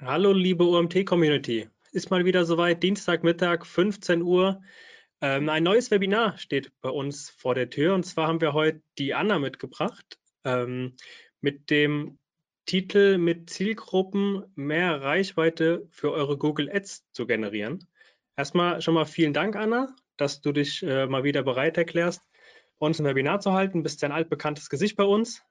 Hallo, liebe OMT-Community. Ist mal wieder soweit, Dienstagmittag, 15 Uhr. Ein neues Webinar steht bei uns vor der Tür. Und zwar haben wir heute die Anna mitgebracht mit dem Titel „Mit Zielgruppen mehr Reichweite für eure Google Ads zu generieren“. Erstmal schon mal vielen Dank, Anna, dass du dich mal wieder bereit erklärst, bei uns ein Webinar zu halten. Bist ja ein altbekanntes Gesicht bei uns.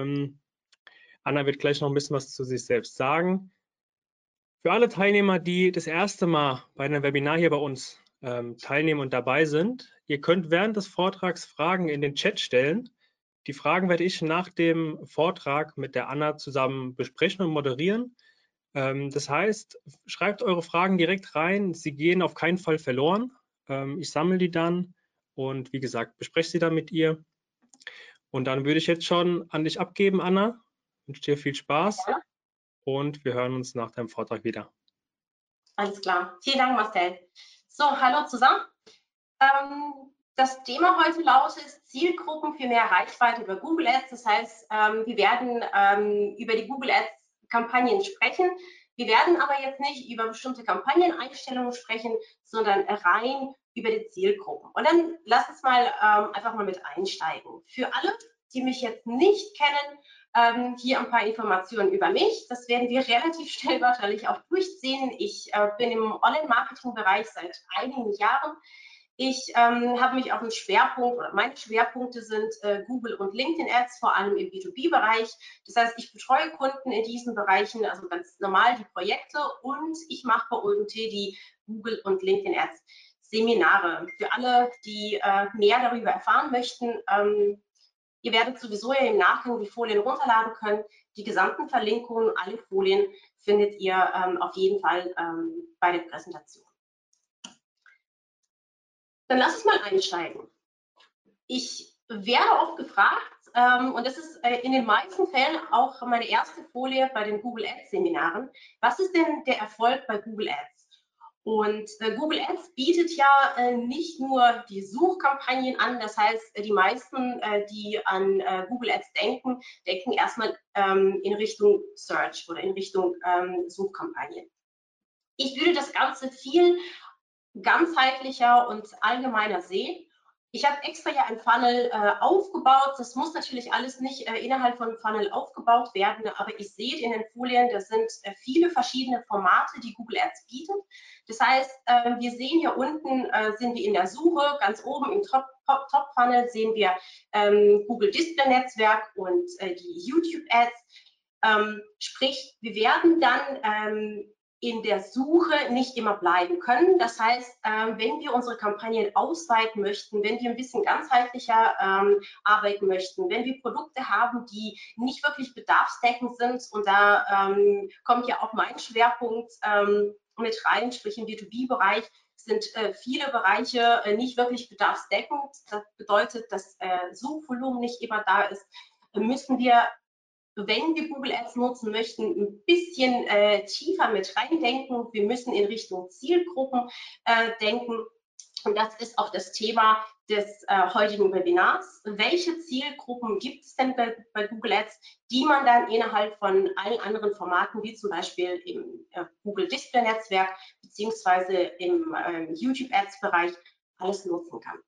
Anna wird gleich noch ein bisschen was zu sich selbst sagen. Für alle Teilnehmer, die das erste Mal bei einem Webinar hier bei uns teilnehmen und dabei sind, ihr könnt während des Vortrags Fragen in den Chat stellen. Die Fragen werde ich nach dem Vortrag mit der Anna zusammen besprechen und moderieren. Das heißt, schreibt eure Fragen direkt rein. Sie gehen auf keinen Fall verloren. Ich sammle die dann und wie gesagt, bespreche sie dann mit ihr. Und dann würde ich jetzt schon an dich abgeben, Anna. Ich wünsche dir viel Spaß und wir hören uns nach deinem Vortrag wieder. Alles klar. Vielen Dank, Marcel. So, hallo zusammen. Das Thema heute lautet Zielgruppen für mehr Reichweite über Google Ads. Das heißt, wir werden über die Google Ads Kampagnen sprechen. Wir werden aber jetzt nicht über bestimmte Kampagneneinstellungen sprechen, sondern rein über die Zielgruppen. Und dann lass uns mal einfach mal mit einsteigen. Für alle, die mich jetzt nicht kennen, hier ein paar Informationen über mich. Das werden wir relativ schnell wahrscheinlich auch durchziehen. Ich bin im Online-Marketing-Bereich seit einigen Jahren. Ich habe mich auf einen Schwerpunkt, oder meine Schwerpunkte sind Google und LinkedIn Ads, vor allem im B2B-Bereich. Das heißt, ich betreue Kunden in diesen Bereichen, also ganz normal die Projekte, und ich mache bei OMT die Google und LinkedIn Ads Seminare. Für alle, die mehr darüber erfahren möchten, ihr werdet sowieso ja im Nachgang die Folien runterladen können. Die gesamten Verlinkungen, alle Folien findet ihr auf jeden Fall bei der Präsentation. Dann lass uns mal einsteigen. Ich werde oft gefragt, und das ist in den meisten Fällen auch meine erste Folie bei den Google Ads Seminaren, was ist denn der Erfolg bei Google Ads? Und Google Ads bietet ja nicht nur die Suchkampagnen an, das heißt, die meisten, die an Google Ads denken, denken erstmal in Richtung Search oder in Richtung Suchkampagnen. Ich würde das Ganze viel ganzheitlicher und allgemeiner sehen. Ich habe extra ja ein Funnel aufgebaut. Das muss natürlich alles nicht innerhalb von Funnel aufgebaut werden, aber ihr seht in den Folien, das sind viele verschiedene Formate, die Google Ads bietet. Das heißt, wir sehen hier unten, sind wir in der Suche, ganz oben im Top-Funnel sehen wir Google Display Netzwerk und die YouTube Ads. Sprich, wir werden dann in der Suche nicht immer bleiben können. Das heißt, wenn wir unsere Kampagnen ausweiten möchten, wenn wir ein bisschen ganzheitlicher arbeiten möchten, wenn wir Produkte haben, die nicht wirklich bedarfsdeckend sind, und da kommt ja auch mein Schwerpunkt mit rein, sprich im B2B-Bereich, sind viele Bereiche nicht wirklich bedarfsdeckend. Das bedeutet, dass Suchvolumen nicht immer da ist, müssen wir, wenn wir Google Ads nutzen möchten, ein bisschen tiefer mit reindenken. Wir müssen in Richtung Zielgruppen denken. Und das ist auch das Thema des heutigen Webinars. Welche Zielgruppen gibt es denn bei Google Ads, die man dann innerhalb von allen anderen Formaten, wie zum Beispiel im Google Display Netzwerk beziehungsweise im YouTube Ads Bereich, alles nutzen kann?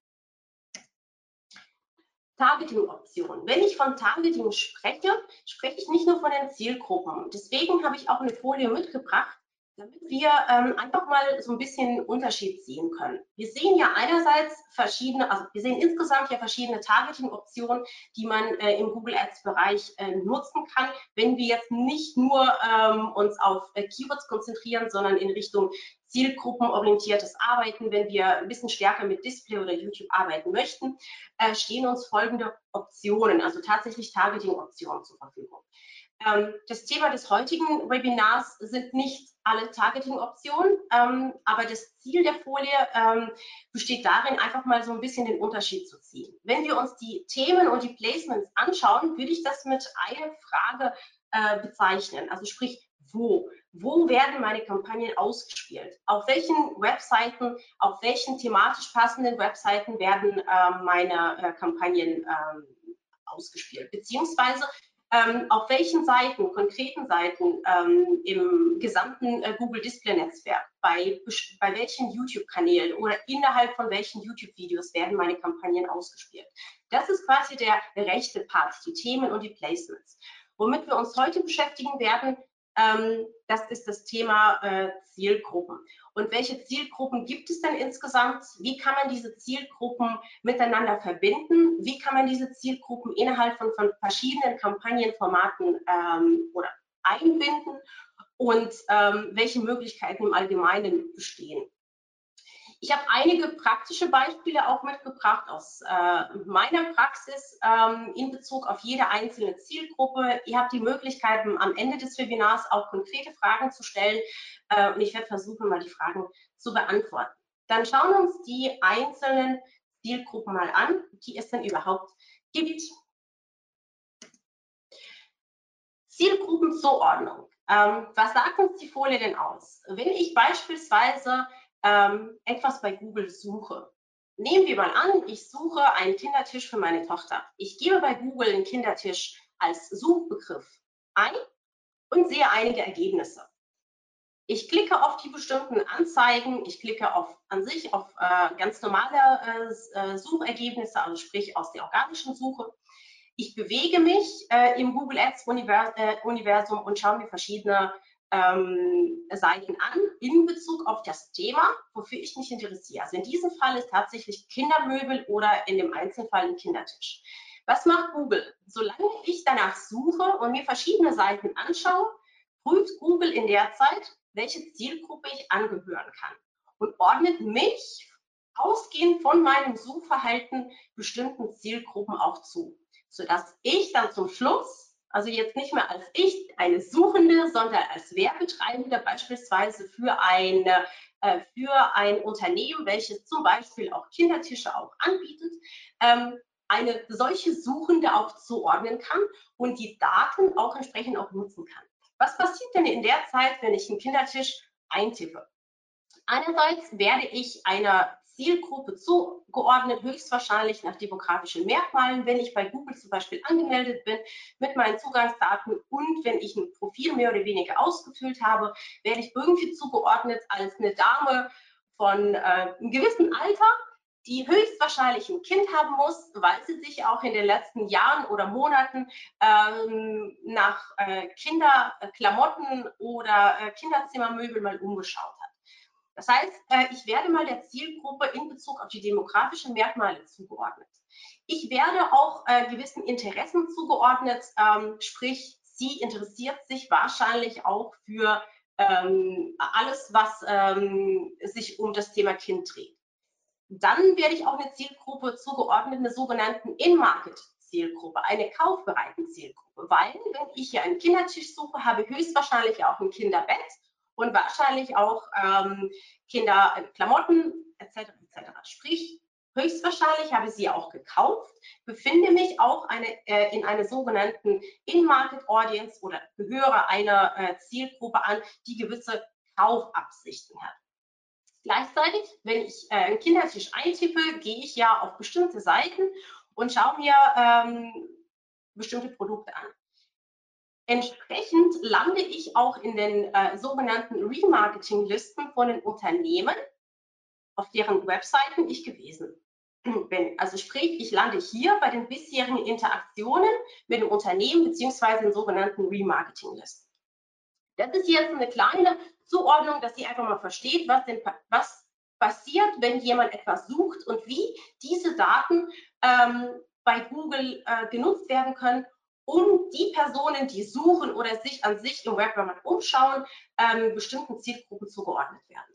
Targeting-Optionen. Wenn ich von Targeting spreche, spreche ich nicht nur von den Zielgruppen. Deswegen habe ich auch eine Folie mitgebracht, damit wir einfach mal so ein bisschen Unterschied sehen können. Wir sehen ja einerseits verschiedene, also wir sehen insgesamt ja verschiedene Targeting-Optionen, die man im Google Ads-Bereich nutzen kann, wenn wir jetzt nicht nur uns auf Keywords konzentrieren, sondern in Richtung zielgruppenorientiertes Arbeiten, wenn wir ein bisschen stärker mit Display oder YouTube arbeiten möchten, stehen uns folgende Optionen, also tatsächlich Targeting-Optionen zur Verfügung. Das Thema des heutigen Webinars sind nicht alle Targeting-Optionen, aber das Ziel der Folie besteht darin, einfach mal so ein bisschen den Unterschied zu ziehen. Wenn wir uns die Themen und die Placements anschauen, würde ich das mit einer Frage bezeichnen, also sprich, wo? Wo werden meine Kampagnen ausgespielt? Auf welchen Webseiten, auf welchen thematisch passenden Webseiten werden meine Kampagnen ausgespielt? Beziehungsweise auf welchen Seiten, konkreten Seiten im gesamten Google Display Netzwerk, bei welchen YouTube-Kanälen oder innerhalb von welchen YouTube-Videos werden meine Kampagnen ausgespielt. Das ist quasi der rechte Part, die Themen und die Placements. Womit wir uns heute beschäftigen werden, das ist das Thema Zielgruppen. Und welche Zielgruppen gibt es denn insgesamt? Wie kann man diese Zielgruppen miteinander verbinden? Wie kann man diese Zielgruppen innerhalb von verschiedenen Kampagnenformaten oder einbinden? Und welche Möglichkeiten im Allgemeinen bestehen? Ich habe einige praktische Beispiele auch mitgebracht aus meiner Praxis in Bezug auf jede einzelne Zielgruppe. Ihr habt die Möglichkeit, am Ende des Webinars auch konkrete Fragen zu stellen und ich werde versuchen, mal die Fragen zu beantworten. Dann schauen wir uns die einzelnen Zielgruppen mal an, die es denn überhaupt gibt. Zielgruppenzuordnung. Was sagt uns die Folie denn aus? Wenn ich beispielsweise etwas bei Google suche. Nehmen wir mal an, ich suche einen Kindertisch für meine Tochter. Ich gebe bei Google den Kindertisch als Suchbegriff ein und sehe einige Ergebnisse. Ich klicke auf die bestimmten Anzeigen, ich klicke auf ganz normale Suchergebnisse, also sprich aus der organischen Suche. Ich bewege mich im Google Ads Universum und schaue mir verschiedene Seiten an in Bezug auf das Thema, wofür ich mich interessiere. Also in diesem Fall ist tatsächlich Kindermöbel oder in dem Einzelfall ein Kindertisch. Was macht Google? Solange ich danach suche und mir verschiedene Seiten anschaue, prüft Google in der Zeit, welche Zielgruppe ich angehören kann und ordnet mich ausgehend von meinem Suchverhalten bestimmten Zielgruppen auch zu, sodass ich dann zum Schluss, also jetzt nicht mehr als ich, eine Suchende, sondern als Werbetreibender beispielsweise für ein Unternehmen, welches zum Beispiel auch Kindertische auch anbietet, eine solche Suchende auch zuordnen kann und die Daten auch entsprechend auch nutzen kann. Was passiert denn in der Zeit, wenn ich einen Kindertisch eintippe? Einerseits werde ich einer Zielgruppe zugeordnet, höchstwahrscheinlich nach demografischen Merkmalen, wenn ich bei Google zum Beispiel angemeldet bin mit meinen Zugangsdaten und wenn ich ein Profil mehr oder weniger ausgefüllt habe, werde ich irgendwie zugeordnet als eine Dame von einem gewissen Alter, die höchstwahrscheinlich ein Kind haben muss, weil sie sich auch in den letzten Jahren oder Monaten nach Kinderklamotten oder Kinderzimmermöbel mal umgeschaut hat. Das heißt, ich werde mal der Zielgruppe in Bezug auf die demografischen Merkmale zugeordnet. Ich werde auch gewissen Interessen zugeordnet, sprich, sie interessiert sich wahrscheinlich auch für alles, was sich um das Thema Kind dreht. Dann werde ich auch eine Zielgruppe zugeordnet, eine sogenannten In-Market-Zielgruppe, eine kaufbereiten Zielgruppe, weil wenn ich hier einen Kindertisch suche, habe ich höchstwahrscheinlich auch ein Kinderbett und wahrscheinlich auch Kinderklamotten etc. etc. Sprich, höchstwahrscheinlich habe ich sie auch gekauft, befinde mich auch in einer sogenannten In-Market Audience oder gehöre einer Zielgruppe an, die gewisse Kaufabsichten hat. Gleichzeitig, wenn ich einen Kindertisch eintippe, gehe ich ja auf bestimmte Seiten und schaue mir bestimmte Produkte an. Entsprechend lande ich auch in den sogenannten Remarketing-Listen von den Unternehmen, auf deren Webseiten ich gewesen bin. Also sprich, ich lande hier bei den bisherigen Interaktionen mit dem Unternehmen bzw. den sogenannten Remarketing-Listen. Das ist jetzt eine kleine Zuordnung, dass ihr einfach mal versteht, was passiert, wenn jemand etwas sucht und wie diese Daten bei Google genutzt werden können, um die Personen, die suchen oder sich an sich im Web umschauen, bestimmten Zielgruppen zugeordnet werden.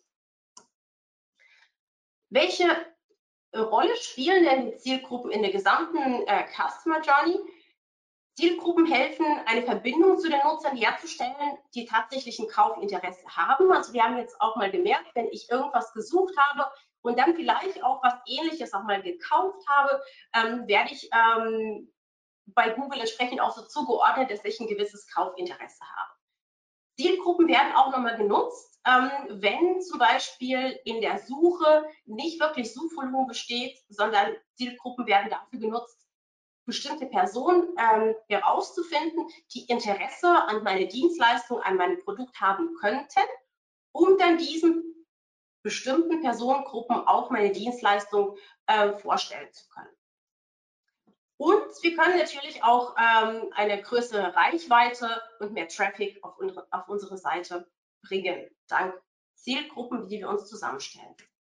Welche Rolle spielen denn die Zielgruppen in der gesamten Customer Journey? Zielgruppen helfen, eine Verbindung zu den Nutzern herzustellen, die tatsächlich ein Kaufinteresse haben. Also wir haben jetzt auch mal gemerkt, wenn ich irgendwas gesucht habe und dann vielleicht auch was Ähnliches auch mal gekauft habe, werde ich bei Google entsprechend auch so zugeordnet, dass ich ein gewisses Kaufinteresse habe. Zielgruppen werden auch nochmal genutzt, wenn zum Beispiel in der Suche nicht wirklich Suchvolumen besteht, sondern Zielgruppen werden dafür genutzt, bestimmte Personen herauszufinden, die Interesse an meine Dienstleistung, an meinem Produkt haben könnten, um dann diesen bestimmten Personengruppen auch meine Dienstleistung vorstellen zu können. Und wir können natürlich auch eine größere Reichweite und mehr Traffic auf unsere Seite bringen, dank Zielgruppen, die wir uns zusammenstellen.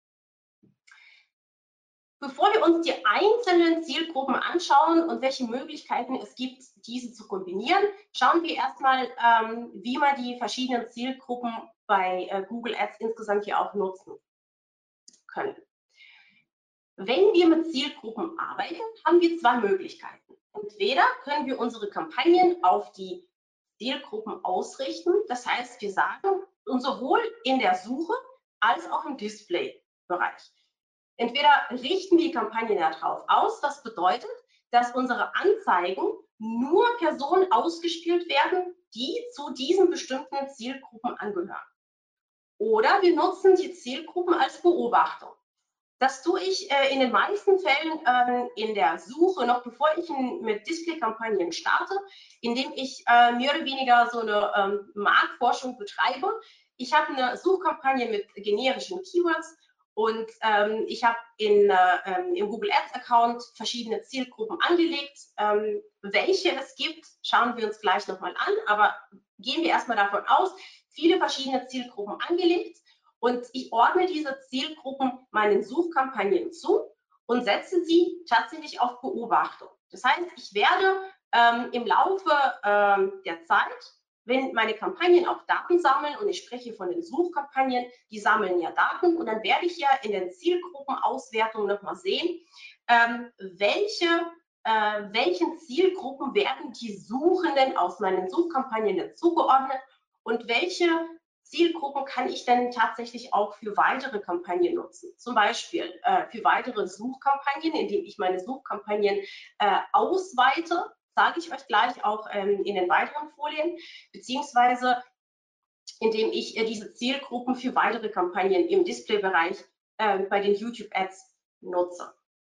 Bevor wir uns die einzelnen Zielgruppen anschauen und welche Möglichkeiten es gibt, diese zu kombinieren, schauen wir erstmal, wie man die verschiedenen Zielgruppen bei Google Ads insgesamt hier auch nutzen können. Wenn wir mit Zielgruppen arbeiten, haben wir zwei Möglichkeiten. Entweder können wir unsere Kampagnen auf die Zielgruppen ausrichten, das heißt, wir sagen, und sowohl in der Suche als auch im Display-Bereich. Entweder richten wir die Kampagne darauf aus, was bedeutet, dass unsere Anzeigen nur Personen ausgespielt werden, die zu diesen bestimmten Zielgruppen angehören. Oder wir nutzen die Zielgruppen als Beobachtung. Das tue ich in den meisten Fällen in der Suche, noch bevor ich mit Display-Kampagnen starte, indem ich mehr oder weniger so eine Marktforschung betreibe. Ich habe eine Suchkampagne mit generischen Keywords und ich habe im Google Ads Account verschiedene Zielgruppen angelegt. Welche es gibt, schauen wir uns gleich nochmal an, aber gehen wir erstmal davon aus, viele verschiedene Zielgruppen angelegt. Und ich ordne diese Zielgruppen meinen Suchkampagnen zu und setze sie tatsächlich auf Beobachtung. Das heißt, ich werde im Laufe der Zeit, wenn meine Kampagnen auch Daten sammeln, und ich spreche von den Suchkampagnen, die sammeln ja Daten, und dann werde ich ja in den Zielgruppenauswertungen nochmal sehen, welchen Zielgruppen werden die Suchenden aus meinen Suchkampagnen zugeordnet und welche Zielgruppen kann ich denn tatsächlich auch für weitere Kampagnen nutzen. Zum Beispiel für weitere Suchkampagnen, indem ich meine Suchkampagnen ausweite, sage ich euch gleich auch in den weiteren Folien, beziehungsweise indem ich diese Zielgruppen für weitere Kampagnen im Displaybereich bei den YouTube Ads nutze.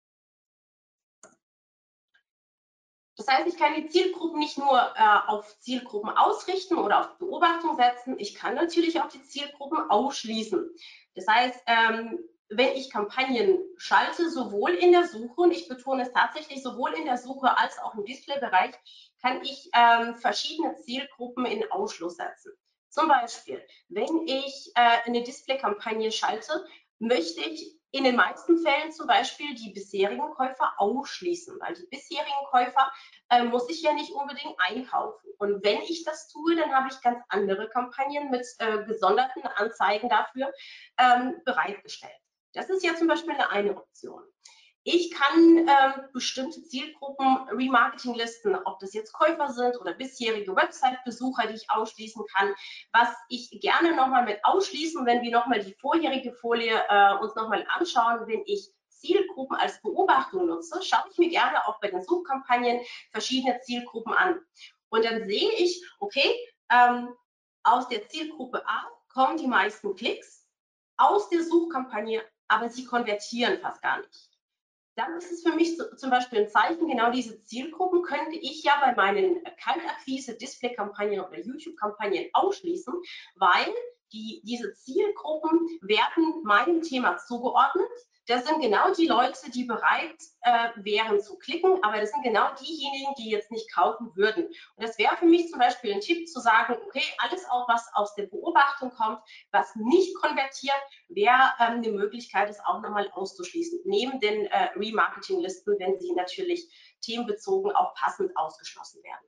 Das heißt, ich kann die Zielgruppen nicht nur auf Zielgruppen ausrichten oder auf Beobachtung setzen, ich kann natürlich auch die Zielgruppen ausschließen. Das heißt, wenn ich Kampagnen schalte, sowohl in der Suche, und ich betone es tatsächlich, sowohl in der Suche als auch im Displaybereich, kann ich verschiedene Zielgruppen in Ausschluss setzen. Zum Beispiel, wenn ich eine Display-Kampagne schalte, möchte ich in den meisten Fällen zum Beispiel die bisherigen Käufer ausschließen, weil die bisherigen Käufer muss ich ja nicht unbedingt einkaufen. Und wenn ich das tue, dann habe ich ganz andere Kampagnen mit gesonderten Anzeigen dafür bereitgestellt. Das ist ja zum Beispiel eine Option. Ich kann bestimmte Zielgruppen Remarketing-Listen, ob das jetzt Käufer sind oder bisherige Website-Besucher, die ich ausschließen kann. Was ich gerne nochmal mit ausschließen, wenn wir nochmal die vorherige Folie uns nochmal anschauen, wenn ich Zielgruppen als Beobachtung nutze, schaue ich mir gerne auch bei den Suchkampagnen verschiedene Zielgruppen an. Und dann sehe ich, okay, aus der Zielgruppe A kommen die meisten Klicks, aus der Suchkampagne, aber sie konvertieren fast gar nicht. Dann ist es für mich zum Beispiel ein Zeichen, genau diese Zielgruppen könnte ich ja bei meinen Kaltakquise, Display-Kampagnen oder YouTube-Kampagnen ausschließen, weil diese Zielgruppen werden meinem Thema zugeordnet. Das sind genau die Leute, die bereit wären zu klicken, aber das sind genau diejenigen, die jetzt nicht kaufen würden. Und das wäre für mich zum Beispiel ein Tipp zu sagen, okay, alles auch, was aus der Beobachtung kommt, was nicht konvertiert, wäre eine Möglichkeit, es auch nochmal auszuschließen, neben den Remarketing-Listen, wenn sie natürlich themenbezogen auch passend ausgeschlossen werden.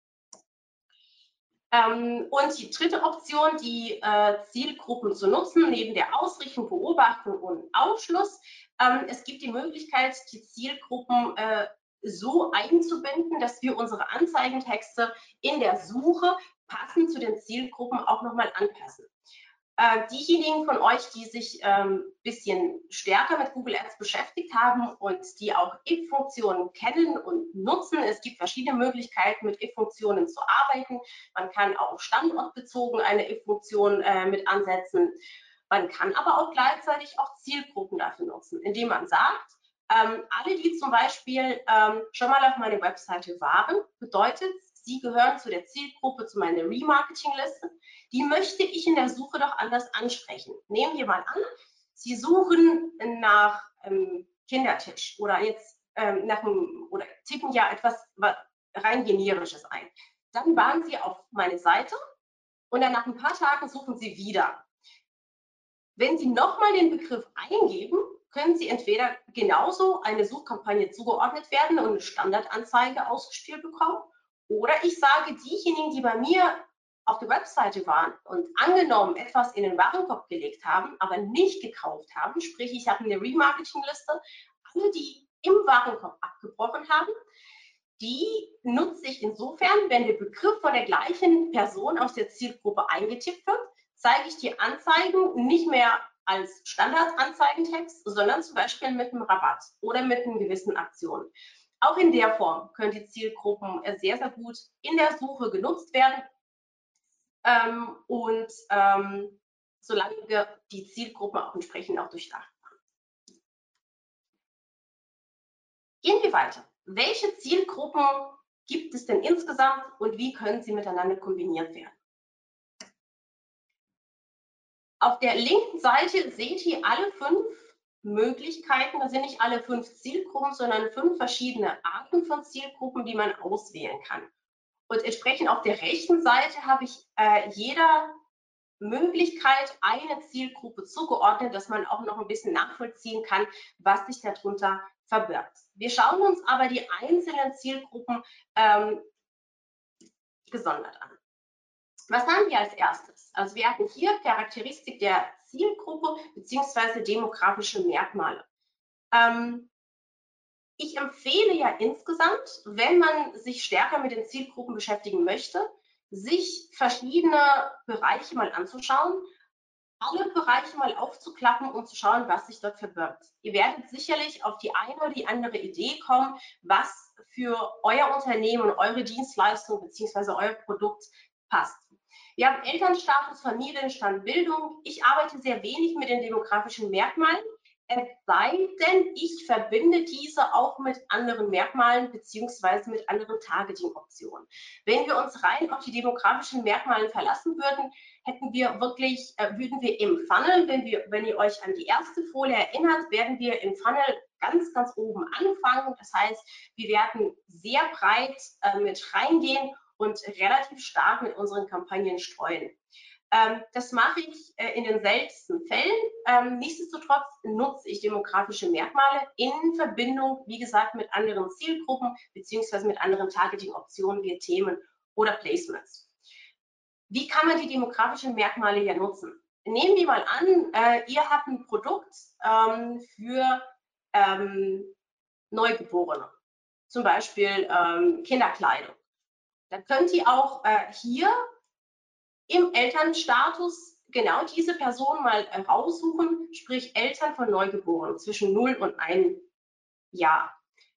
Und die dritte Option, die Zielgruppen zu nutzen, neben der Ausrichtung, Beobachtung und Ausschluss. Es gibt die Möglichkeit, die Zielgruppen so einzubinden, dass wir unsere Anzeigentexte in der Suche passend zu den Zielgruppen auch nochmal anpassen. Diejenigen von euch, die sich ein bisschen stärker mit Google Ads beschäftigt haben und die auch If-Funktionen kennen und nutzen, es gibt verschiedene Möglichkeiten, mit If-Funktionen zu arbeiten. Man kann auch standortbezogen eine If-Funktion mit ansetzen. Man kann aber auch gleichzeitig auch Zielgruppen dafür nutzen, indem man sagt, Alle, die zum Beispiel schon mal auf meiner Webseite waren, bedeutet, Sie gehören zu der Zielgruppe, zu meiner Remarketing-Liste. Die möchte ich in der Suche doch anders ansprechen. Nehmen wir mal an, Sie suchen nach Kindertisch oder jetzt oder tippen ja etwas rein generisches ein. Dann waren Sie auf meine Seite und dann nach ein paar Tagen suchen Sie wieder. Wenn Sie nochmal den Begriff eingeben, können Sie entweder genauso eine Suchkampagne zugeordnet werden und eine Standardanzeige ausgespielt bekommen, oder ich sage, diejenigen, die bei mir auf der Webseite waren und angenommen etwas in den Warenkorb gelegt haben, aber nicht gekauft haben, sprich ich habe eine Remarketing-Liste, alle, die im Warenkorb abgebrochen haben, die nutze ich insofern, wenn der Begriff von der gleichen Person aus der Zielgruppe eingetippt wird, zeige ich die Anzeigen nicht mehr als Standardanzeigentext, sondern zum Beispiel mit einem Rabatt oder mit einer gewissen Aktion. Auch in der Form können die Zielgruppen sehr, sehr gut in der Suche genutzt werden. Solange wir die Zielgruppen auch entsprechend auch durchdacht haben. Gehen wir weiter. Welche Zielgruppen gibt es denn insgesamt und wie können sie miteinander kombiniert werden? Auf der linken Seite seht ihr alle 5 Möglichkeiten. Das sind nicht alle 5 Zielgruppen, sondern 5 verschiedene Arten von Zielgruppen, die man auswählen kann. Und entsprechend auf der rechten Seite habe ich jeder Möglichkeit eine Zielgruppe zugeordnet, dass man auch noch ein bisschen nachvollziehen kann, was sich darunter verbirgt. Wir schauen uns aber die einzelnen Zielgruppen gesondert an. Was haben wir als erstes? Also wir hatten hier Charakteristik der Zielgruppe bzw. demografische Merkmale. Ich empfehle ja insgesamt, wenn man sich stärker mit den Zielgruppen beschäftigen möchte, sich verschiedene Bereiche mal anzuschauen, alle Bereiche mal aufzuklappen und zu schauen, was sich dort verbirgt. Ihr werdet sicherlich auf die eine oder die andere Idee kommen, was für euer Unternehmen und eure Dienstleistung bzw. euer Produkt passt. Wir haben Elternstatus, Familienstand, Bildung. Ich arbeite sehr wenig mit den demografischen Merkmalen, es sei denn, ich verbinde diese auch mit anderen Merkmalen bzw. mit anderen Targeting-Optionen. Wenn wir uns rein auf die demografischen Merkmale verlassen würden, hätten wir wirklich, würden wir im Funnel, wenn ihr euch an die erste Folie erinnert, werden wir im Funnel ganz, ganz oben anfangen. Das heißt, wir werden sehr breit mit reingehen und relativ stark mit unseren Kampagnen streuen. Das mache ich in den seltensten Fällen. Nichtsdestotrotz nutze ich demografische Merkmale in Verbindung, wie gesagt, mit anderen Zielgruppen bzw. mit anderen Targeting-Optionen wie Themen oder Placements. Wie kann man die demografischen Merkmale hier nutzen? Nehmen wir mal an, ihr habt ein Produkt für Neugeborene, zum Beispiel Kinderkleidung. Dann könnt ihr auch hier im Elternstatus genau diese Person mal raussuchen, sprich Eltern von Neugeborenen zwischen 0 und 1 Jahr.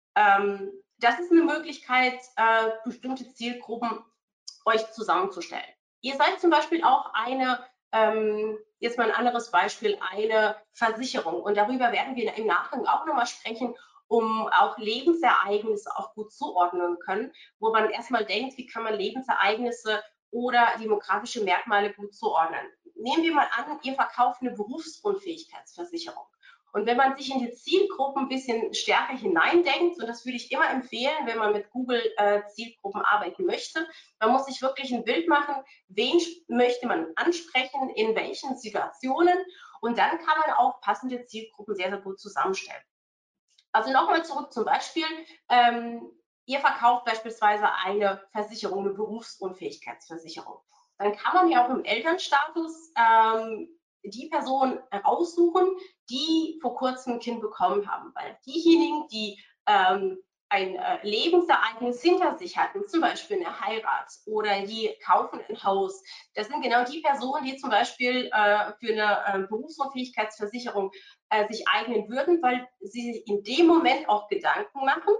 Das ist eine Möglichkeit, bestimmte Zielgruppen euch zusammenzustellen. Ihr seid zum Beispiel auch eine, jetzt mal ein anderes Beispiel, eine Versicherung. Und darüber werden wir im Nachgang auch nochmal sprechen, um auch Lebensereignisse auch gut zuordnen können, wo man erstmal denkt, wie kann man Lebensereignisse oder demografische Merkmale gut zuordnen. Nehmen wir mal an, ihr verkauft eine Berufsunfähigkeitsversicherung. Und wenn man sich in die Zielgruppen ein bisschen stärker hineindenkt, und das würde ich immer empfehlen, wenn man mit Google Zielgruppen arbeiten möchte, man muss sich wirklich ein Bild machen, wen möchte man ansprechen, in welchen Situationen, und dann kann man auch passende Zielgruppen sehr, sehr gut zusammenstellen. Also nochmal zurück zum Beispiel, ihr verkauft beispielsweise eine Versicherung, eine Berufsunfähigkeitsversicherung. Dann kann man ja auch im Elternstatus die Person raussuchen, die vor kurzem ein Kind bekommen haben. Weil diejenigen, die ein Lebensereignis hinter sich hatten, zum Beispiel eine Heirat oder die kaufen ein Haus, das sind genau die Personen, die zum Beispiel für eine Berufsunfähigkeitsversicherung sich eignen würden, weil sie sich in dem Moment auch Gedanken machen,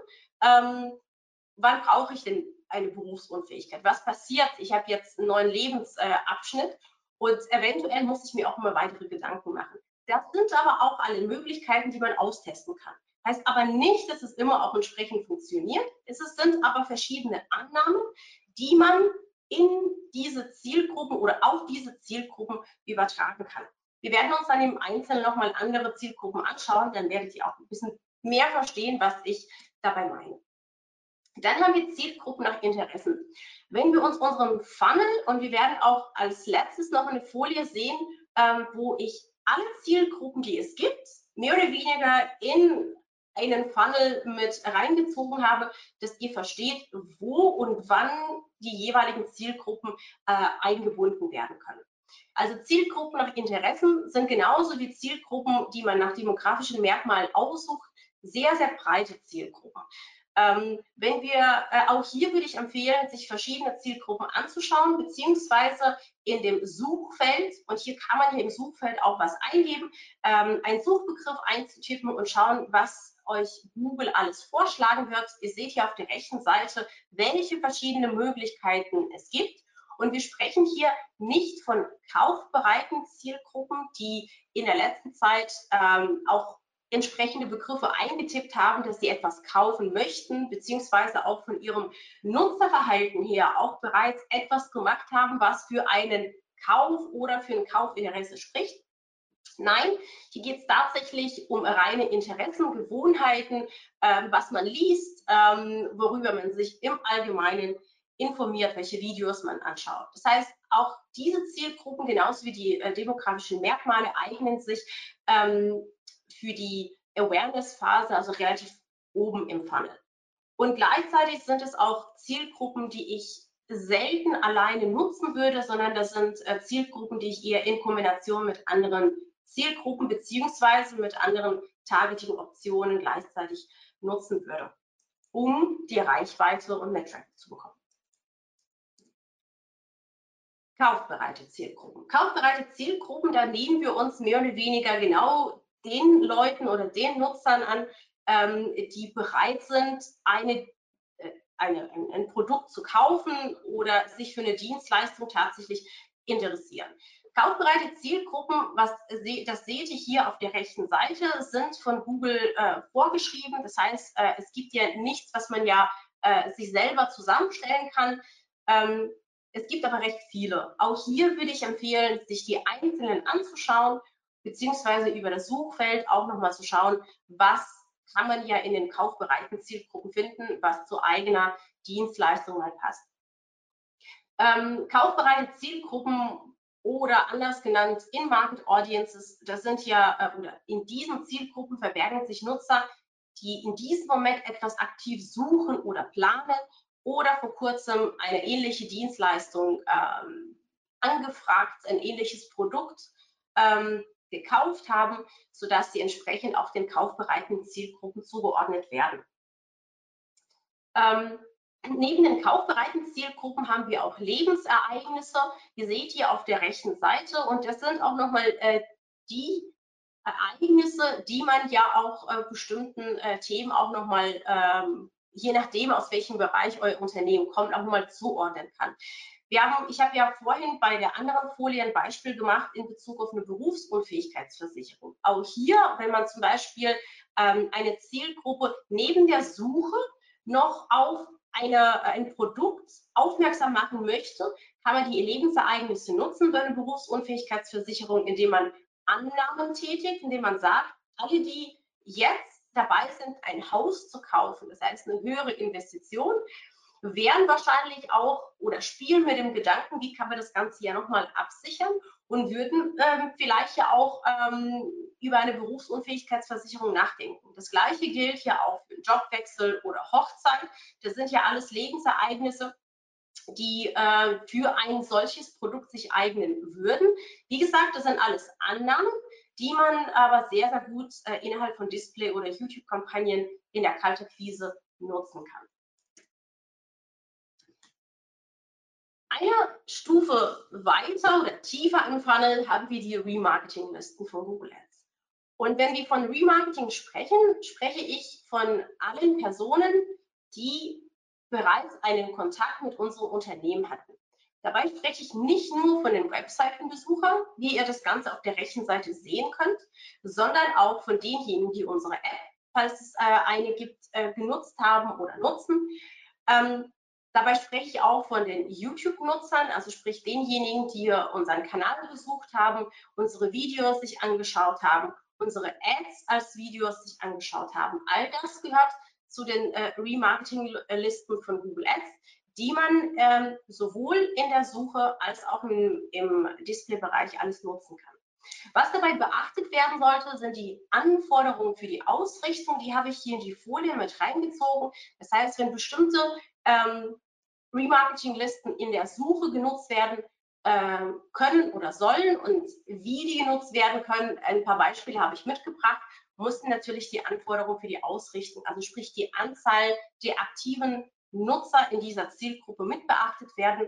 wann brauche ich denn eine Berufsunfähigkeit? Was passiert? Ich habe jetzt einen neuen Lebensabschnitt und eventuell muss ich mir auch immer weitere Gedanken machen. Das sind aber auch alle Möglichkeiten, die man austesten kann. Heißt aber nicht, dass es immer auch entsprechend funktioniert. Es sind aber verschiedene Annahmen, die man in diese Zielgruppen oder auf diese Zielgruppen übertragen kann. Wir werden uns dann im Einzelnen nochmal andere Zielgruppen anschauen, dann werdet ihr auch ein bisschen mehr verstehen, was ich dabei meine. Dann haben wir Zielgruppen nach Interessen. Wenn wir uns unseren Funnel, und wir werden auch als letztes noch eine Folie sehen, wo ich alle Zielgruppen, die es gibt, mehr oder weniger in einen Funnel mit reingezogen habe, dass ihr versteht, wo und wann die jeweiligen Zielgruppen eingebunden werden können. Also Zielgruppen nach Interessen sind genauso wie Zielgruppen, die man nach demografischen Merkmalen aussucht, sehr, sehr breite Zielgruppen. Wenn wir, auch hier würde ich empfehlen, sich verschiedene Zielgruppen anzuschauen, beziehungsweise in dem Suchfeld, und hier kann man hier im Suchfeld auch was eingeben, einen Suchbegriff einzutippen und schauen, was euch Google alles vorschlagen wird. Ihr seht hier auf der rechten Seite, welche verschiedene Möglichkeiten es gibt. Und wir sprechen hier nicht von kaufbereiten Zielgruppen, die in der letzten Zeit auch entsprechende Begriffe eingetippt haben, dass sie etwas kaufen möchten, beziehungsweise auch von ihrem Nutzerverhalten her auch bereits etwas gemacht haben, was für einen Kauf oder für ein Kaufinteresse spricht. Nein, hier geht es tatsächlich um reine Interessen, Gewohnheiten, was man liest, worüber man sich im Allgemeinen informiert, welche Videos man anschaut. Das heißt, auch diese Zielgruppen, genauso wie die demografischen Merkmale, eignen sich für die Awareness-Phase, also relativ oben im Funnel. Und gleichzeitig sind es auch Zielgruppen, die ich selten alleine nutzen würde, sondern das sind Zielgruppen, die ich eher in Kombination mit anderen Zielgruppen beziehungsweise mit anderen Targeting-Optionen gleichzeitig nutzen würde, um die Reichweite und mehr Traffic zu bekommen. Kaufbereite Zielgruppen. Kaufbereite Zielgruppen, da nehmen wir uns mehr oder weniger genau den Leuten oder den Nutzern an, die bereit sind, ein Produkt zu kaufen oder sich für eine Dienstleistung tatsächlich interessieren. Kaufbereite Zielgruppen, das seht ihr hier auf der rechten Seite, sind von Google vorgeschrieben. Das heißt, es gibt ja nichts, was man ja sich selber zusammenstellen kann. Es gibt aber recht viele. Auch hier würde ich empfehlen, sich die einzelnen anzuschauen, beziehungsweise über das Suchfeld auch nochmal zu schauen, was kann man ja in den kaufbereiten Zielgruppen finden, was zu eigener Dienstleistung halt passt. Kaufbereite Zielgruppen oder anders genannt In-Market Audiences, das sind ja, oder in diesen Zielgruppen verbergen sich Nutzer, die in diesem Moment etwas aktiv suchen oder planen oder vor kurzem eine ähnliche Dienstleistung angefragt, ein ähnliches Produkt gekauft haben, sodass sie entsprechend auch den kaufbereiten Zielgruppen zugeordnet werden. Neben den kaufbereiten Zielgruppen haben wir auch Lebensereignisse. Ihr seht hier auf der rechten Seite, und das sind auch nochmal die Ereignisse, die man ja auch bestimmten Themen auch nochmal, je nachdem, aus welchem Bereich euer Unternehmen kommt, auch nochmal zuordnen kann. Ich habe ja vorhin bei der anderen Folie ein Beispiel gemacht in Bezug auf eine Berufsunfähigkeitsversicherung. Auch hier, wenn man zum Beispiel eine Zielgruppe neben der Suche noch auf ein Produkt aufmerksam machen möchte, kann man die Lebensereignisse nutzen für eine Berufsunfähigkeitsversicherung, indem man Annahmen tätigt, indem man sagt, alle, die jetzt dabei sind, ein Haus zu kaufen, das heißt eine höhere Investition, wären wahrscheinlich auch oder spielen mit dem Gedanken, wie kann man das Ganze ja nochmal absichern, und würden vielleicht ja auch über eine Berufsunfähigkeitsversicherung nachdenken. Das Gleiche gilt ja auch für Jobwechsel oder Hochzeit. Das sind ja alles Lebensereignisse, die für ein solches Produkt sich eignen würden. Wie gesagt, das sind alles Annahmen, die man aber sehr, sehr gut innerhalb von Display- oder YouTube-Kampagnen in der Kaltakquise nutzen kann. Eine Stufe weiter oder tiefer im Funnel haben wir die Remarketing-Listen von Google Ads. Und wenn wir von Remarketing sprechen, spreche ich von allen Personen, die bereits einen Kontakt mit unserem Unternehmen hatten. Dabei spreche ich nicht nur von den Webseitenbesuchern, wie ihr das Ganze auf der rechten Seite sehen könnt, sondern auch von denjenigen, die unsere App falls es eine gibt, genutzt haben oder nutzen. Dabei spreche ich auch von den YouTube-Nutzern, also sprich denjenigen, die unseren Kanal besucht haben, unsere Videos sich angeschaut haben, unsere Ads als Videos sich angeschaut haben. All das gehört zu den Remarketing-Listen von Google Ads, die man sowohl in der Suche als auch im Display-Bereich alles nutzen kann. Was dabei beachtet werden sollte, sind die Anforderungen für die Ausrichtung. Die habe ich hier in die Folie mit reingezogen. Das heißt, wenn bestimmte Remarketing-Listen in der Suche genutzt werden können oder sollen und wie die genutzt werden können, ein paar Beispiele habe ich mitgebracht, mussten natürlich die Anforderungen für die Ausrichtung, also sprich die Anzahl der aktiven Nutzer in dieser Zielgruppe mit beachtet werden,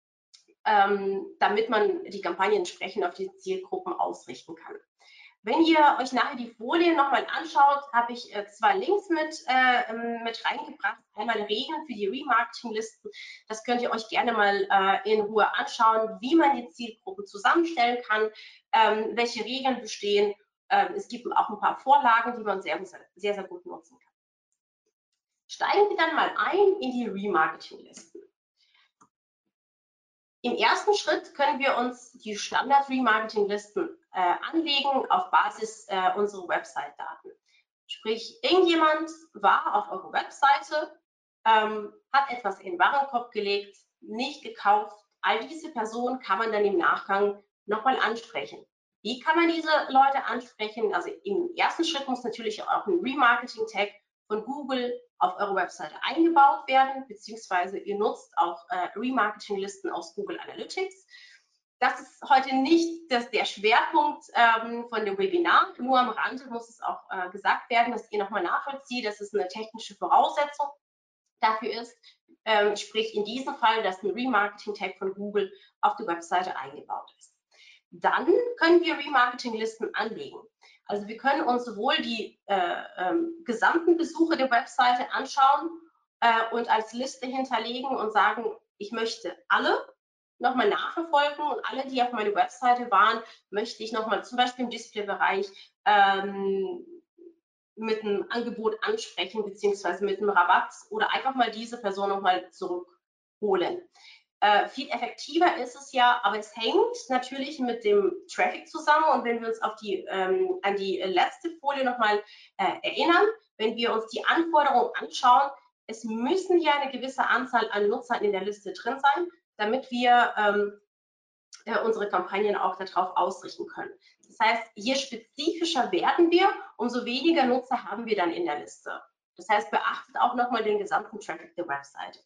damit man die Kampagne entsprechend auf die Zielgruppen ausrichten kann. Wenn ihr euch nachher die Folie nochmal anschaut, habe ich zwei Links mit reingebracht. Einmal Regeln für die Remarketing-Listen. Das könnt ihr euch gerne mal in Ruhe anschauen, wie man die Zielgruppen zusammenstellen kann, welche Regeln bestehen. Es gibt auch ein paar Vorlagen, die man sehr, sehr gut nutzen kann. Steigen wir dann mal ein in die Remarketing-Listen. Im ersten Schritt können wir uns die Standard-Remarketing-Listen anlegen auf Basis unserer Website-Daten. Sprich, irgendjemand war auf eurer Webseite, hat etwas in den Warenkorb gelegt, nicht gekauft. All diese Personen kann man dann im Nachgang nochmal ansprechen. Wie kann man diese Leute ansprechen? Also im ersten Schritt muss natürlich auch ein Remarketing-Tag von Google auf eure Webseite eingebaut werden, beziehungsweise ihr nutzt auch Remarketing-Listen aus Google Analytics. Das ist heute nicht der Schwerpunkt von dem Webinar, nur am Rande muss es auch gesagt werden, dass ihr nochmal nachvollzieht, dass es eine technische Voraussetzung dafür ist, sprich in diesem Fall, dass ein Remarketing-Tag von Google auf die Webseite eingebaut ist. Dann können wir Remarketing-Listen anlegen. Also wir können uns sowohl die gesamten Besucher der Webseite anschauen und als Liste hinterlegen und sagen, ich möchte alle nochmal nachverfolgen und alle, die auf meiner Webseite waren, möchte ich nochmal zum Beispiel im Display-Bereich mit einem Angebot ansprechen, beziehungsweise mit einem Rabatt oder einfach mal diese Person nochmal zurückholen. Viel effektiver ist es ja, aber es hängt natürlich mit dem Traffic zusammen. Und wenn wir uns auf an die letzte Folie nochmal erinnern, wenn wir uns die Anforderungen anschauen, es müssen ja eine gewisse Anzahl an Nutzern in der Liste drin sein, damit wir unsere Kampagnen auch darauf ausrichten können. Das heißt, je spezifischer werden wir, umso weniger Nutzer haben wir dann in der Liste. Das heißt, beachtet auch nochmal den gesamten Traffic der Webseite.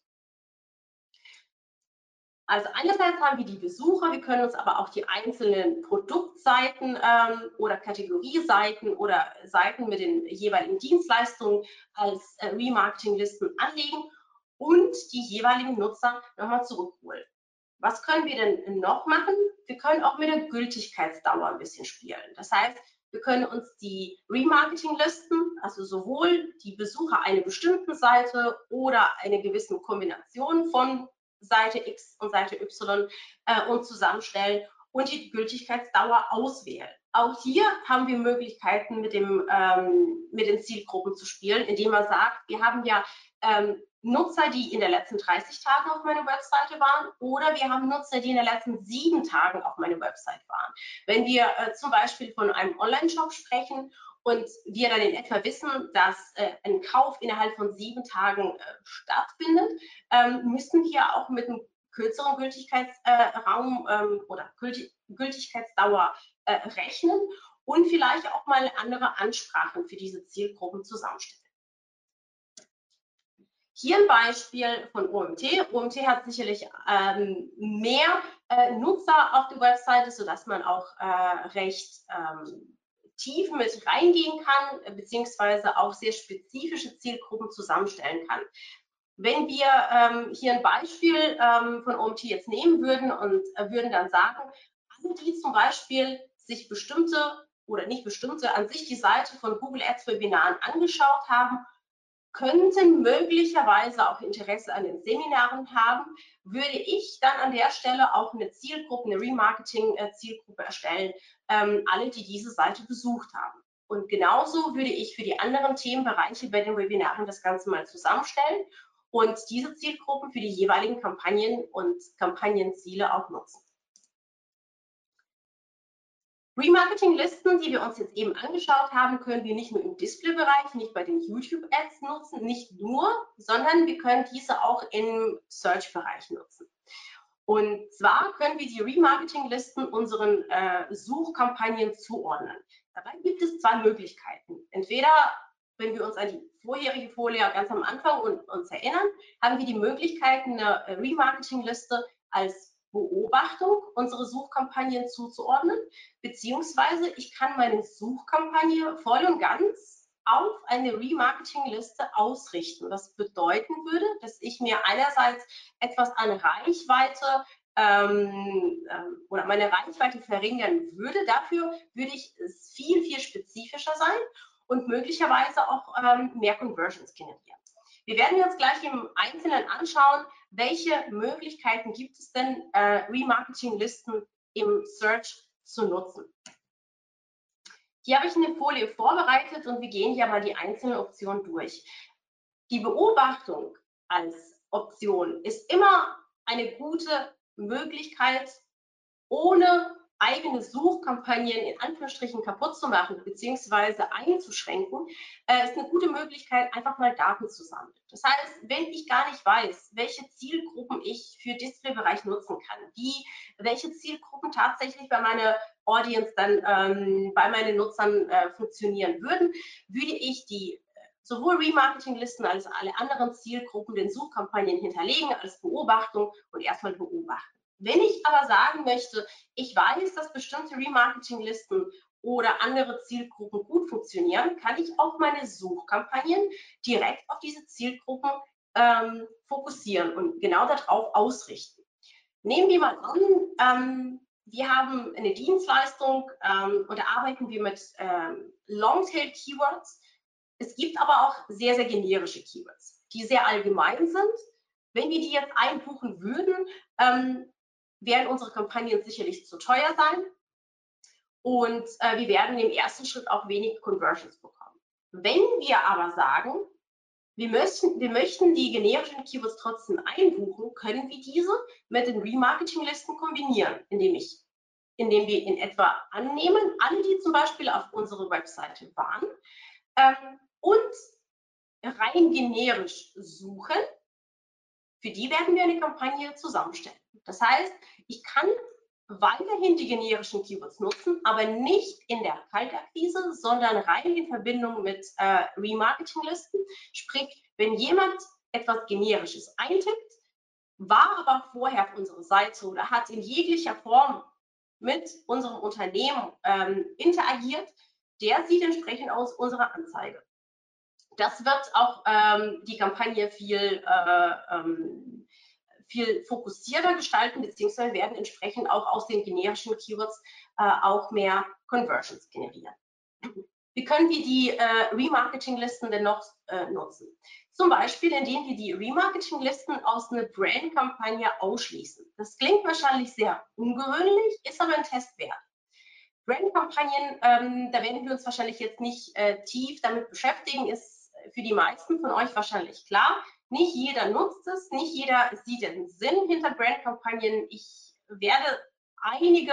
Also einerseits haben wir die Besucher, wir können uns aber auch die einzelnen Produktseiten oder Kategorieseiten oder Seiten mit den jeweiligen Dienstleistungen als Remarketing-Listen anlegen und die jeweiligen Nutzer nochmal zurückholen. Was können wir denn noch machen? Wir können auch mit der Gültigkeitsdauer ein bisschen spielen. Das heißt, wir können uns die Remarketing-Listen, also sowohl die Besucher einer bestimmten Seite oder eine gewisse Kombination von Seite X und Seite Y und zusammenstellen und die Gültigkeitsdauer auswählen. Auch hier haben wir Möglichkeiten mit den Zielgruppen zu spielen, indem man sagt, wir haben ja Nutzer, die in den letzten 30 Tagen auf meiner Webseite waren oder wir haben Nutzer, die in den letzten 7 Tagen auf meiner Website waren. Wenn wir zum Beispiel von einem Online-Shop sprechen und wir dann in etwa wissen, dass ein Kauf innerhalb von 7 Tagen stattfindet, müssen wir auch mit einem kürzeren Gültigkeitsraum oder Gültigkeitsdauer rechnen und vielleicht auch mal andere Ansprachen für diese Zielgruppen zusammenstellen. Hier ein Beispiel von OMT. OMT hat sicherlich mehr Nutzer auf der Webseite, sodass man auch recht tief mit reingehen kann, beziehungsweise auch sehr spezifische Zielgruppen zusammenstellen kann. Wenn wir hier ein Beispiel von OMT jetzt nehmen würden und würden dann sagen, alle, die zum Beispiel sich bestimmte oder nicht bestimmte, an sich die Seite von Google Ads Webinaren angeschaut haben, könnten möglicherweise auch Interesse an den Seminaren haben, würde ich dann an der Stelle auch eine Zielgruppe, eine Remarketing-Zielgruppe erstellen, alle, die diese Seite besucht haben. Und genauso würde ich für die anderen Themenbereiche bei den Webinaren das Ganze mal zusammenstellen und diese Zielgruppen für die jeweiligen Kampagnen und Kampagnenziele auch nutzen. Remarketing-Listen, die wir uns jetzt eben angeschaut haben, können wir nicht nur im Display-Bereich, nicht bei den YouTube-Ads nutzen, nicht nur, sondern wir können diese auch im Search-Bereich nutzen. Und zwar können wir die Remarketing-Listen unseren Suchkampagnen zuordnen. Dabei gibt es zwei Möglichkeiten. Entweder, wenn wir uns an die vorherige Folie ganz am Anfang uns erinnern, haben wir die Möglichkeit, eine Remarketing-Liste als Beobachtung unsere Suchkampagnen zuzuordnen, beziehungsweise ich kann meine Suchkampagne voll und ganz auf eine Remarketing-Liste ausrichten. Was bedeuten würde, dass ich mir einerseits etwas an Reichweite oder meine Reichweite verringern würde. Dafür würde ich viel, viel spezifischer sein und möglicherweise auch mehr Conversions generieren. Wir werden jetzt gleich im Einzelnen anschauen, welche Möglichkeiten gibt es denn, Remarketing-Listen im Search zu nutzen. Hier habe ich eine Folie vorbereitet und wir gehen hier mal die einzelnen Optionen durch. Die Beobachtung als Option ist immer eine gute Möglichkeit, ohne eigene Suchkampagnen in Anführungsstrichen kaputt zu machen bzw. einzuschränken, ist eine gute Möglichkeit, einfach mal Daten zu sammeln. Das heißt, wenn ich gar nicht weiß, welche Zielgruppen ich für Display-Bereich nutzen kann, welche Zielgruppen tatsächlich bei meiner Audience dann bei meinen Nutzern funktionieren würden, würde ich die sowohl Remarketing-Listen als auch alle anderen Zielgruppen den Suchkampagnen hinterlegen als Beobachtung und erstmal beobachten. Wenn ich aber sagen möchte, ich weiß, dass bestimmte Remarketing-Listen oder andere Zielgruppen gut funktionieren, kann ich auch meine Suchkampagnen direkt auf diese Zielgruppen fokussieren und genau darauf ausrichten. Nehmen wir mal an, wir haben eine Dienstleistung und da arbeiten wir mit Longtail-Keywords. Es gibt aber auch sehr, sehr generische Keywords, die sehr allgemein sind. Wenn wir die jetzt einbuchen würden, werden unsere Kampagnen sicherlich zu teuer sein und wir werden im ersten Schritt auch wenig Conversions bekommen. Wenn wir aber sagen, wir möchten die generischen Keywords trotzdem einbuchen, können wir diese mit den Remarketing-Listen kombinieren, indem wir in etwa annehmen, alle, die zum Beispiel auf unserer Webseite waren und rein generisch suchen, für die werden wir eine Kampagne zusammenstellen. Das heißt, ich kann weiterhin die generischen Keywords nutzen, aber nicht in der Kaltakquise, sondern rein in Verbindung mit Remarketing-Listen. Sprich, wenn jemand etwas Generisches eintippt, war aber vorher auf unserer Seite oder hat in jeglicher Form mit unserem Unternehmen interagiert, der sieht entsprechend aus unserer Anzeige. Das wird auch die Kampagne viel fokussierter gestalten, beziehungsweise werden entsprechend auch aus den generischen Keywords auch mehr Conversions generieren. Wie können wir die Remarketing-Listen denn noch nutzen? Zum Beispiel, indem wir die Remarketing-Listen aus einer Brand-Kampagne ausschließen. Das klingt wahrscheinlich sehr ungewöhnlich, ist aber ein Test wert. Brand-Kampagnen, da werden wir uns wahrscheinlich jetzt nicht tief damit beschäftigen, ist für die meisten von euch wahrscheinlich klar. Nicht jeder nutzt es, nicht jeder sieht den Sinn hinter Brand-Kampagnen. Ich werde einige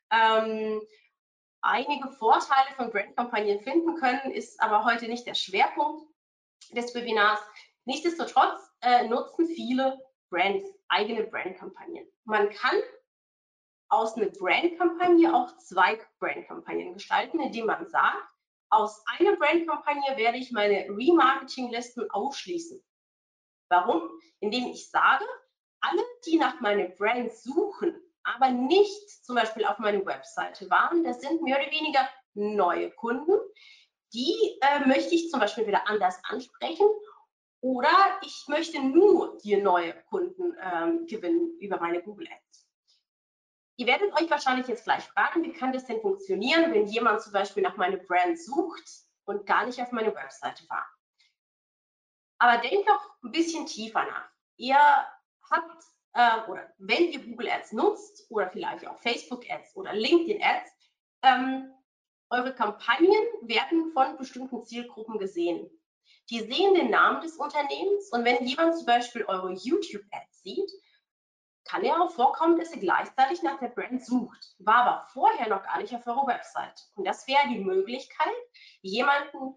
Vorteile von Brand-Kampagnen finden können, ist aber heute nicht der Schwerpunkt des Webinars. Nichtsdestotrotz nutzen viele Brands eigene Brand-Kampagnen. Man kann aus einer Brand-Kampagne auch zwei Brand-Kampagnen gestalten, indem man sagt, aus einer Brand-Kampagne werde ich meine Remarketing-Listen ausschließen. Warum? Indem ich sage, alle, die nach meiner Brand suchen, aber nicht zum Beispiel auf meiner Webseite waren, das sind mehr oder weniger neue Kunden, die möchte ich zum Beispiel wieder anders ansprechen oder ich möchte nur die neue Kunden gewinnen über meine Google Ads. Ihr werdet euch wahrscheinlich jetzt gleich fragen, wie kann das denn funktionieren, wenn jemand zum Beispiel nach meiner Brand sucht und gar nicht auf meiner Webseite war. Aber denkt doch ein bisschen tiefer nach. Ihr habt, oder wenn ihr Google Ads nutzt oder vielleicht auch Facebook Ads oder LinkedIn Ads, eure Kampagnen werden von bestimmten Zielgruppen gesehen. Die sehen den Namen des Unternehmens und wenn jemand zum Beispiel eure YouTube-Ads sieht, kann ja auch vorkommen, dass er gleichzeitig nach der Brand sucht, war aber vorher noch gar nicht auf eurer Website. Und das wäre die Möglichkeit, jemanden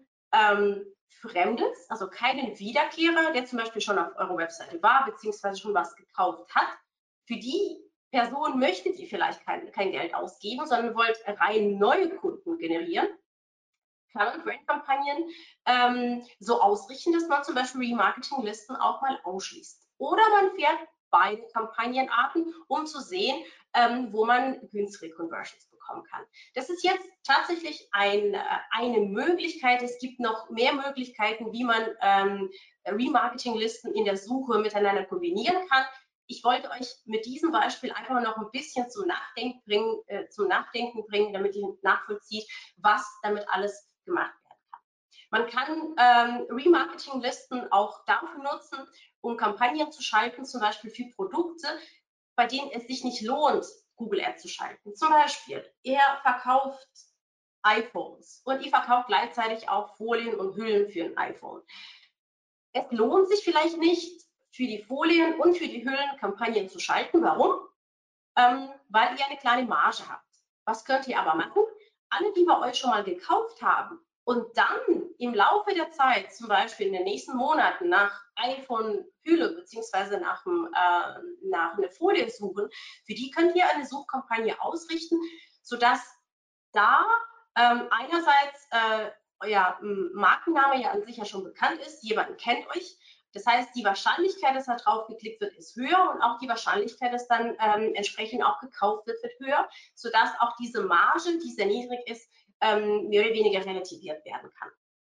Fremdes, also keinen Wiederkehrer, der zum Beispiel schon auf eurer Webseite war, beziehungsweise schon was gekauft hat, für die Person möchtet ihr vielleicht kein Geld ausgeben, sondern wollt rein neue Kunden generieren, kann man Brandkampagnen so ausrichten, dass man zum Beispiel Remarketing-Listen auch mal ausschließt. Oder man fährt beide Kampagnenarten, um zu sehen, wo man günstige Conversions bekommen kann. Das ist jetzt tatsächlich eine Möglichkeit. Es gibt noch mehr Möglichkeiten, wie man Remarketing-Listen in der Suche miteinander kombinieren kann. Ich wollte euch mit diesem Beispiel einfach noch ein bisschen zum Nachdenken bringen, damit ihr nachvollzieht, was damit alles gemacht werden kann. Man kann Remarketing-Listen auch dafür nutzen, um Kampagnen zu schalten, zum Beispiel für Produkte, bei denen es sich nicht lohnt, Google Ads zu schalten. Zum Beispiel, ihr verkauft iPhones und ihr verkauft gleichzeitig auch Folien und Hüllen für ein iPhone. Es lohnt sich vielleicht nicht, für die Folien und für die Hüllen Kampagnen zu schalten. Warum? Weil ihr eine kleine Marge habt. Was könnt ihr aber machen? Alle, die bei euch schon mal gekauft haben und dann im Laufe der Zeit, zum Beispiel in den nächsten Monaten nach iPhone-Hülle beziehungsweise nach einer Folie suchen, für die könnt ihr eine Suchkampagne ausrichten, sodass da einerseits euer Markenname ja an sich ja schon bekannt ist, jemand kennt euch. Das heißt, die Wahrscheinlichkeit, dass da drauf geklickt wird, ist höher und auch die Wahrscheinlichkeit, dass dann entsprechend auch gekauft wird, wird höher, sodass auch diese Marge, die sehr niedrig ist, mehr oder weniger relativiert werden kann.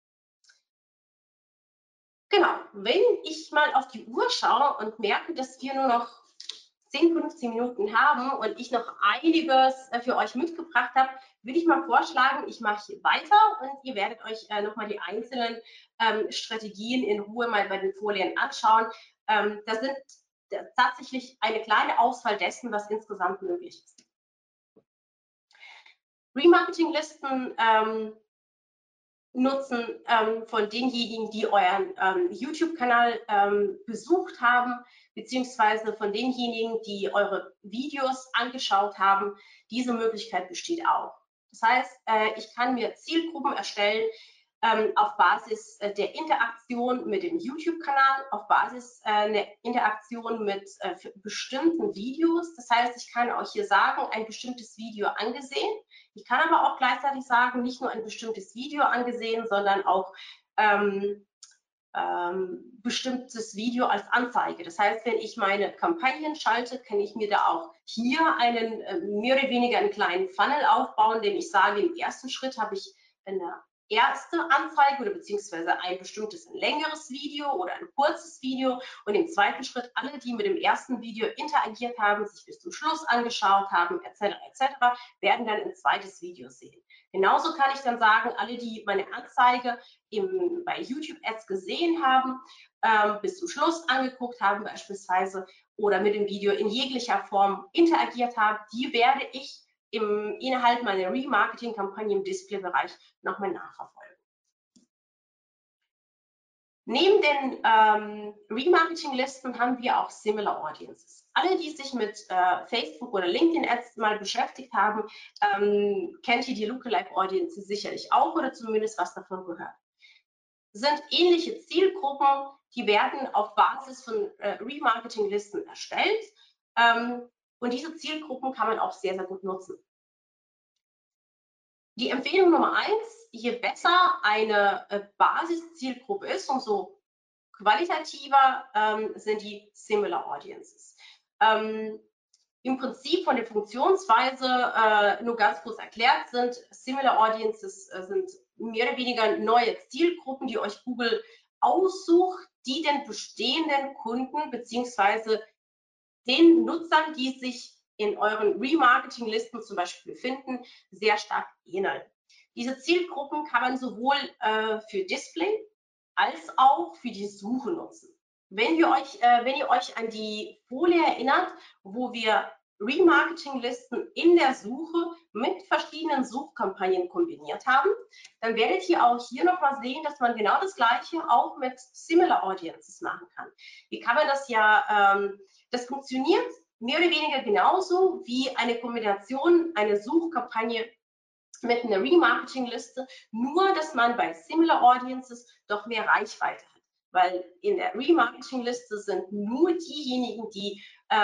Genau, wenn ich mal auf die Uhr schaue und merke, dass wir nur noch 10, 15 Minuten haben und ich noch einiges für euch mitgebracht habe, würde ich mal vorschlagen, ich mache hier weiter und ihr werdet euch nochmal die einzelnen Strategien in Ruhe mal bei den Folien anschauen. Das sind tatsächlich eine kleine Auswahl dessen, was insgesamt möglich ist. Remarketing-Listen nutzen von denjenigen, die euren YouTube-Kanal besucht haben, beziehungsweise von denjenigen, die eure Videos angeschaut haben. Diese Möglichkeit besteht auch. Das heißt, ich kann mir Zielgruppen erstellen auf Basis der Interaktion mit dem YouTube-Kanal, auf Basis der Interaktion mit bestimmten Videos. Das heißt, ich kann euch hier sagen, ein bestimmtes Video angesehen. Ich kann aber auch gleichzeitig sagen, nicht nur ein bestimmtes Video angesehen, sondern auch bestimmtes Video als Anzeige. Das heißt, wenn ich meine Kampagnen schalte, kann ich mir da auch hier mehr oder weniger einen kleinen Funnel aufbauen, den ich sage, im ersten Schritt habe ich eine erste Anzeige oder beziehungsweise ein bestimmtes ein längeres Video oder ein kurzes Video und im zweiten Schritt alle, die mit dem ersten Video interagiert haben, sich bis zum Schluss angeschaut haben, etc., werden dann ein zweites Video sehen. Genauso kann ich dann sagen, alle, die meine Anzeige bei YouTube Ads gesehen haben, bis zum Schluss angeguckt haben beispielsweise oder mit dem Video in jeglicher Form interagiert haben, die werde ich innerhalb meiner Remarketing-Kampagne im Display-Bereich nochmal nachverfolgen. Neben den Remarketing-Listen haben wir auch Similar Audiences. Alle, die sich mit Facebook oder LinkedIn-Ads mal beschäftigt haben, kennt ihr die Lookalike Audiences sicherlich auch oder zumindest was davon gehört. Sind ähnliche Zielgruppen, die werden auf Basis von Remarketing-Listen erstellt. Und diese Zielgruppen kann man auch sehr, sehr gut nutzen. Die Empfehlung Nummer 1, je besser eine Basiszielgruppe ist, umso qualitativer sind die Similar Audiences. Im Prinzip von der Funktionsweise nur ganz kurz erklärt sind Similar Audiences sind mehr oder weniger neue Zielgruppen, die euch Google aussucht, die den bestehenden Kunden bzw. den Nutzern, die sich in euren Remarketing-Listen zum Beispiel befinden, sehr stark ähneln. Diese Zielgruppen kann man sowohl für Display als auch für die Suche nutzen. Wenn ihr euch an die Folie erinnert, wo wir Remarketing-Listen in der Suche mit verschiedenen Suchkampagnen kombiniert haben, dann werdet ihr auch hier nochmal sehen, dass man genau das Gleiche auch mit Similar Audiences machen kann. Wie kann man das das funktioniert mehr oder weniger genauso wie eine Kombination, eine Suchkampagne mit einer Remarketing-Liste, nur dass man bei Similar Audiences doch mehr Reichweite hat. Weil in der Remarketing-Liste sind nur diejenigen, die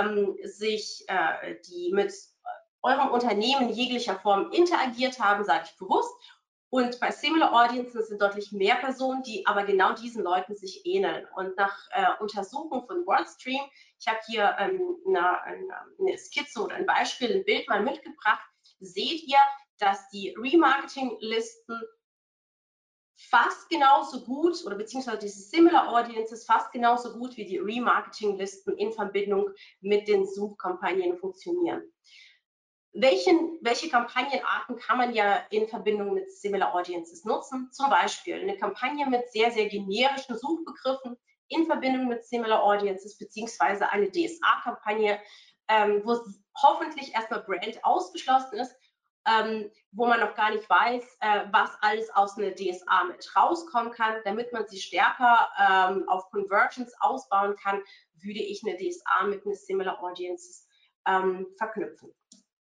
die mit eurem Unternehmen in jeglicher Form interagiert haben, sage ich bewusst. Und bei Similar Audiences sind deutlich mehr Personen, die aber genau diesen Leuten sich ähneln. Und nach Untersuchung von WordStream, ich habe hier eine Skizze oder ein Beispiel, ein Bild mal mitgebracht, seht ihr, dass die Remarketing-Listen fast genauso gut oder beziehungsweise diese Similar Audiences fast genauso gut wie die Remarketing-Listen in Verbindung mit den Suchkampagnen funktionieren. Welche Kampagnenarten kann man ja in Verbindung mit Similar Audiences nutzen? Zum Beispiel eine Kampagne mit sehr, sehr generischen Suchbegriffen in Verbindung mit Similar Audiences, beziehungsweise eine DSA-Kampagne, wo hoffentlich erstmal Brand ausgeschlossen ist, wo man noch gar nicht weiß, was alles aus einer DSA mit rauskommen kann. Damit man sie stärker auf Conversions ausbauen kann, würde ich eine DSA mit einer Similar Audiences verknüpfen.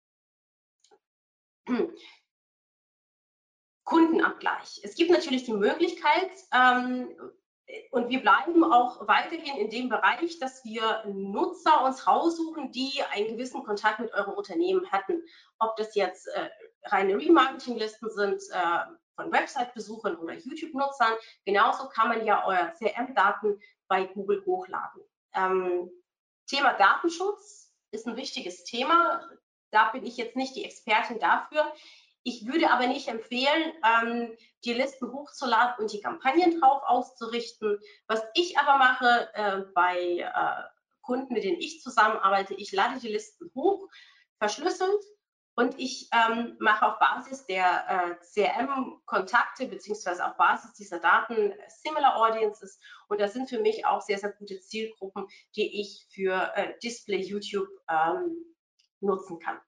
Kundenabgleich. Es gibt natürlich die Möglichkeit, und wir bleiben auch weiterhin in dem Bereich, dass wir Nutzer uns raussuchen, die einen gewissen Kontakt mit eurem Unternehmen hatten. Ob das jetzt reine Remarketing-Listen sind von Website-Besuchern oder YouTube-Nutzern. Genauso kann man ja euer CRM-Daten bei Google hochladen. Thema Datenschutz ist ein wichtiges Thema. Da bin ich jetzt nicht die Expertin dafür. Ich würde aber nicht empfehlen, die Listen hochzuladen und die Kampagnen drauf auszurichten. Was ich aber mache bei Kunden, mit denen ich zusammenarbeite, ich lade die Listen hoch, verschlüsselt, und ich mache auf Basis der CRM-Kontakte beziehungsweise auf Basis dieser Daten Similar Audiences, und das sind für mich auch sehr, sehr gute Zielgruppen, die ich für Display YouTube nutzen kann.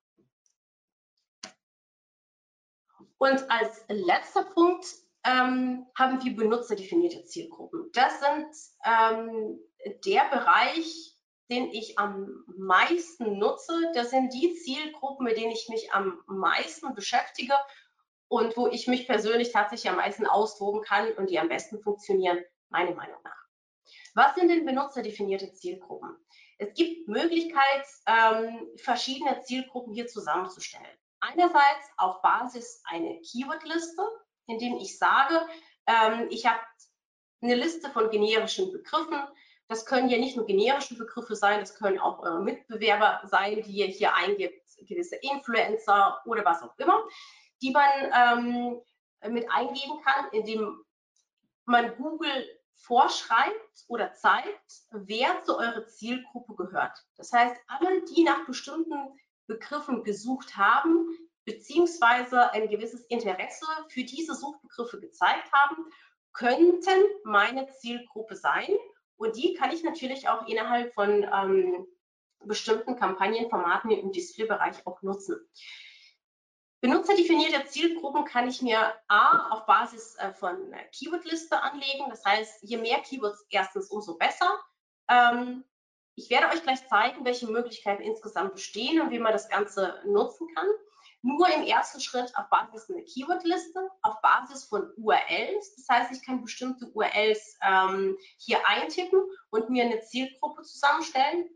Und als letzter Punkt haben wir benutzerdefinierte Zielgruppen. Das sind der Bereich, den ich am meisten nutze. Das sind die Zielgruppen, mit denen ich mich am meisten beschäftige und wo ich mich persönlich tatsächlich am meisten austoben kann und die am besten funktionieren, meiner Meinung nach. Was sind denn benutzerdefinierte Zielgruppen? Es gibt Möglichkeit, verschiedene Zielgruppen hier zusammenzustellen. Einerseits auf Basis einer Keywordliste, indem ich sage, ich habe eine Liste von generischen Begriffen. Das können ja nicht nur generische Begriffe sein, das können auch eure Mitbewerber sein, die ihr hier eingibt, gewisse Influencer oder was auch immer, die man mit eingeben kann, indem man Google vorschreibt oder zeigt, wer zu eurer Zielgruppe gehört. Das heißt, alle, die nach bestimmten Begriffen gesucht haben, beziehungsweise ein gewisses Interesse für diese Suchbegriffe gezeigt haben, könnten meine Zielgruppe sein. Und die kann ich natürlich auch innerhalb von bestimmten Kampagnenformaten im Displaybereich auch nutzen. Benutzerdefinierte Zielgruppen kann ich mir auf Basis von Keywordliste anlegen. Das heißt, je mehr Keywords erstens, umso besser. Ich werde euch gleich zeigen, welche Möglichkeiten insgesamt bestehen und wie man das Ganze nutzen kann. Nur im ersten Schritt auf Basis einer Keywordliste, auf Basis von URLs. Das heißt, ich kann bestimmte URLs hier eintippen und mir eine Zielgruppe zusammenstellen.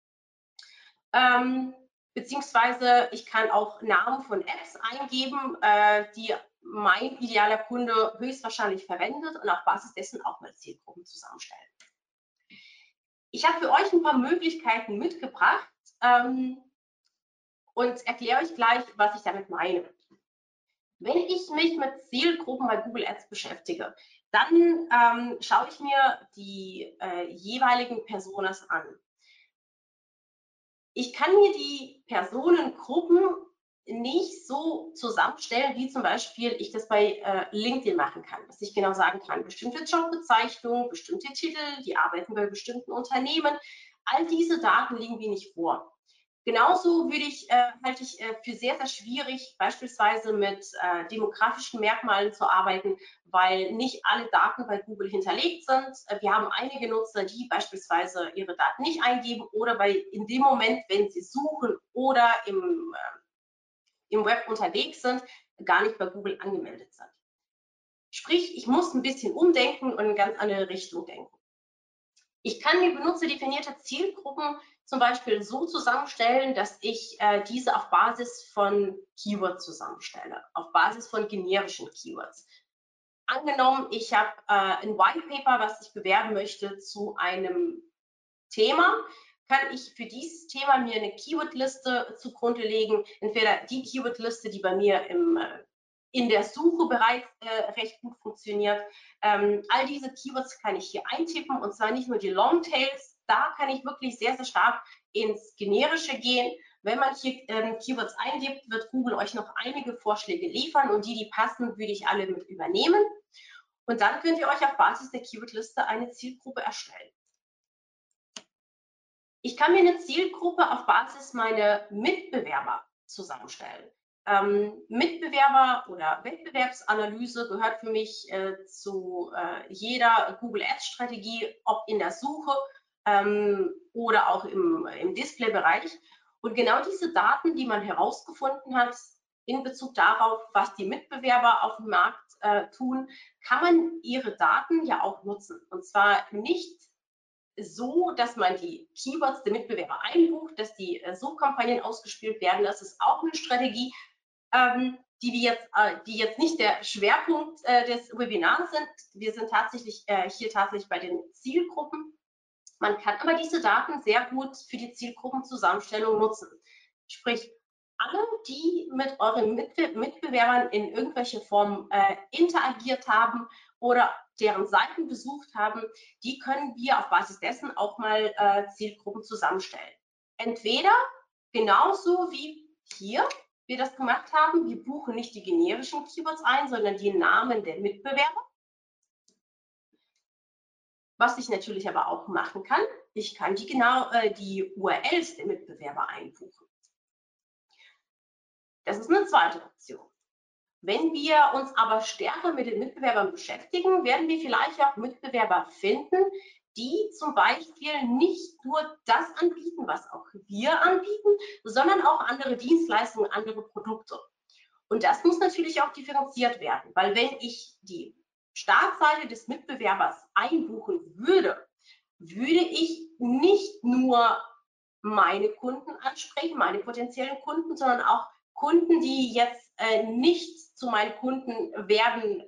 Beziehungsweise ich kann auch Namen von Apps eingeben, die mein idealer Kunde höchstwahrscheinlich verwendet, und auf Basis dessen auch mal Zielgruppen zusammenstellen. Ich habe für euch ein paar Möglichkeiten mitgebracht und erkläre euch gleich, was ich damit meine. Wenn ich mich mit Zielgruppen bei Google Ads beschäftige, dann schaue ich mir die jeweiligen Personas an. Ich kann mir die Personengruppen nicht so zusammenstellen, wie zum Beispiel ich das bei LinkedIn machen kann, dass ich genau sagen kann, bestimmte Jobbezeichnungen, bestimmte Titel, die arbeiten bei bestimmten Unternehmen. All diese Daten liegen mir nicht vor. Genauso halte ich für sehr, sehr schwierig, beispielsweise mit demografischen Merkmalen zu arbeiten, weil nicht alle Daten bei Google hinterlegt sind. Wir haben einige Nutzer, die beispielsweise ihre Daten nicht eingeben oder weil in dem Moment, wenn sie suchen oder im Web unterwegs sind, gar nicht bei Google angemeldet sind. Sprich, ich muss ein bisschen umdenken und in eine ganz andere Richtung denken. Ich kann mir benutzerdefinierte Zielgruppen zum Beispiel so zusammenstellen, dass ich diese auf Basis von Keywords zusammenstelle, auf Basis von generischen Keywords. Angenommen, ich habe ein White Paper, was ich bewerben möchte zu einem Thema, kann ich für dieses Thema mir eine Keywordliste zugrunde legen, entweder die Keywordliste, die bei mir in der Suche bereits recht gut funktioniert. All diese Keywords kann ich hier eintippen und zwar nicht nur die Longtails, da kann ich wirklich sehr, sehr stark ins Generische gehen. Wenn man hier Keywords eingibt, wird Google euch noch einige Vorschläge liefern und die passen, würde ich alle mit übernehmen. Und dann könnt ihr euch auf Basis der Keywordliste eine Zielgruppe erstellen. Ich kann mir eine Zielgruppe auf Basis meiner Mitbewerber zusammenstellen. Mitbewerber oder Wettbewerbsanalyse gehört für mich zu jeder Google Ads Strategie, ob in der Suche oder auch im Display-Bereich. Und genau diese Daten, die man herausgefunden hat in Bezug darauf, was die Mitbewerber auf dem Markt tun, kann man ihre Daten ja auch nutzen. Und zwar nicht so, dass man die Keywords der Mitbewerber einbucht, dass die Suchkampagnen ausgespielt werden. Das ist auch eine Strategie, die jetzt nicht der Schwerpunkt des Webinars sind. Wir sind tatsächlich hier bei den Zielgruppen. Man kann aber diese Daten sehr gut für die Zielgruppenzusammenstellung nutzen. Sprich, alle, die mit euren Mitbewerbern in irgendwelche Form interagiert haben oder deren Seiten besucht haben, die können wir auf Basis dessen auch mal Zielgruppen zusammenstellen. Entweder genauso wie hier wir das gemacht haben, wir buchen nicht die generischen Keywords ein, sondern die Namen der Mitbewerber. Was ich natürlich aber auch machen kann, ich kann die URLs der Mitbewerber einbuchen. Das ist eine zweite Option. Wenn wir uns aber stärker mit den Mitbewerbern beschäftigen, werden wir vielleicht auch Mitbewerber finden, die zum Beispiel nicht nur das anbieten, was auch wir anbieten, sondern auch andere Dienstleistungen, andere Produkte. Und das muss natürlich auch differenziert werden, weil wenn ich die Startseite des Mitbewerbers einbuchen würde, würde ich nicht nur meine Kunden ansprechen, meine potenziellen Kunden, sondern auch Kunden, die jetzt nicht zu meinen Kunden werden,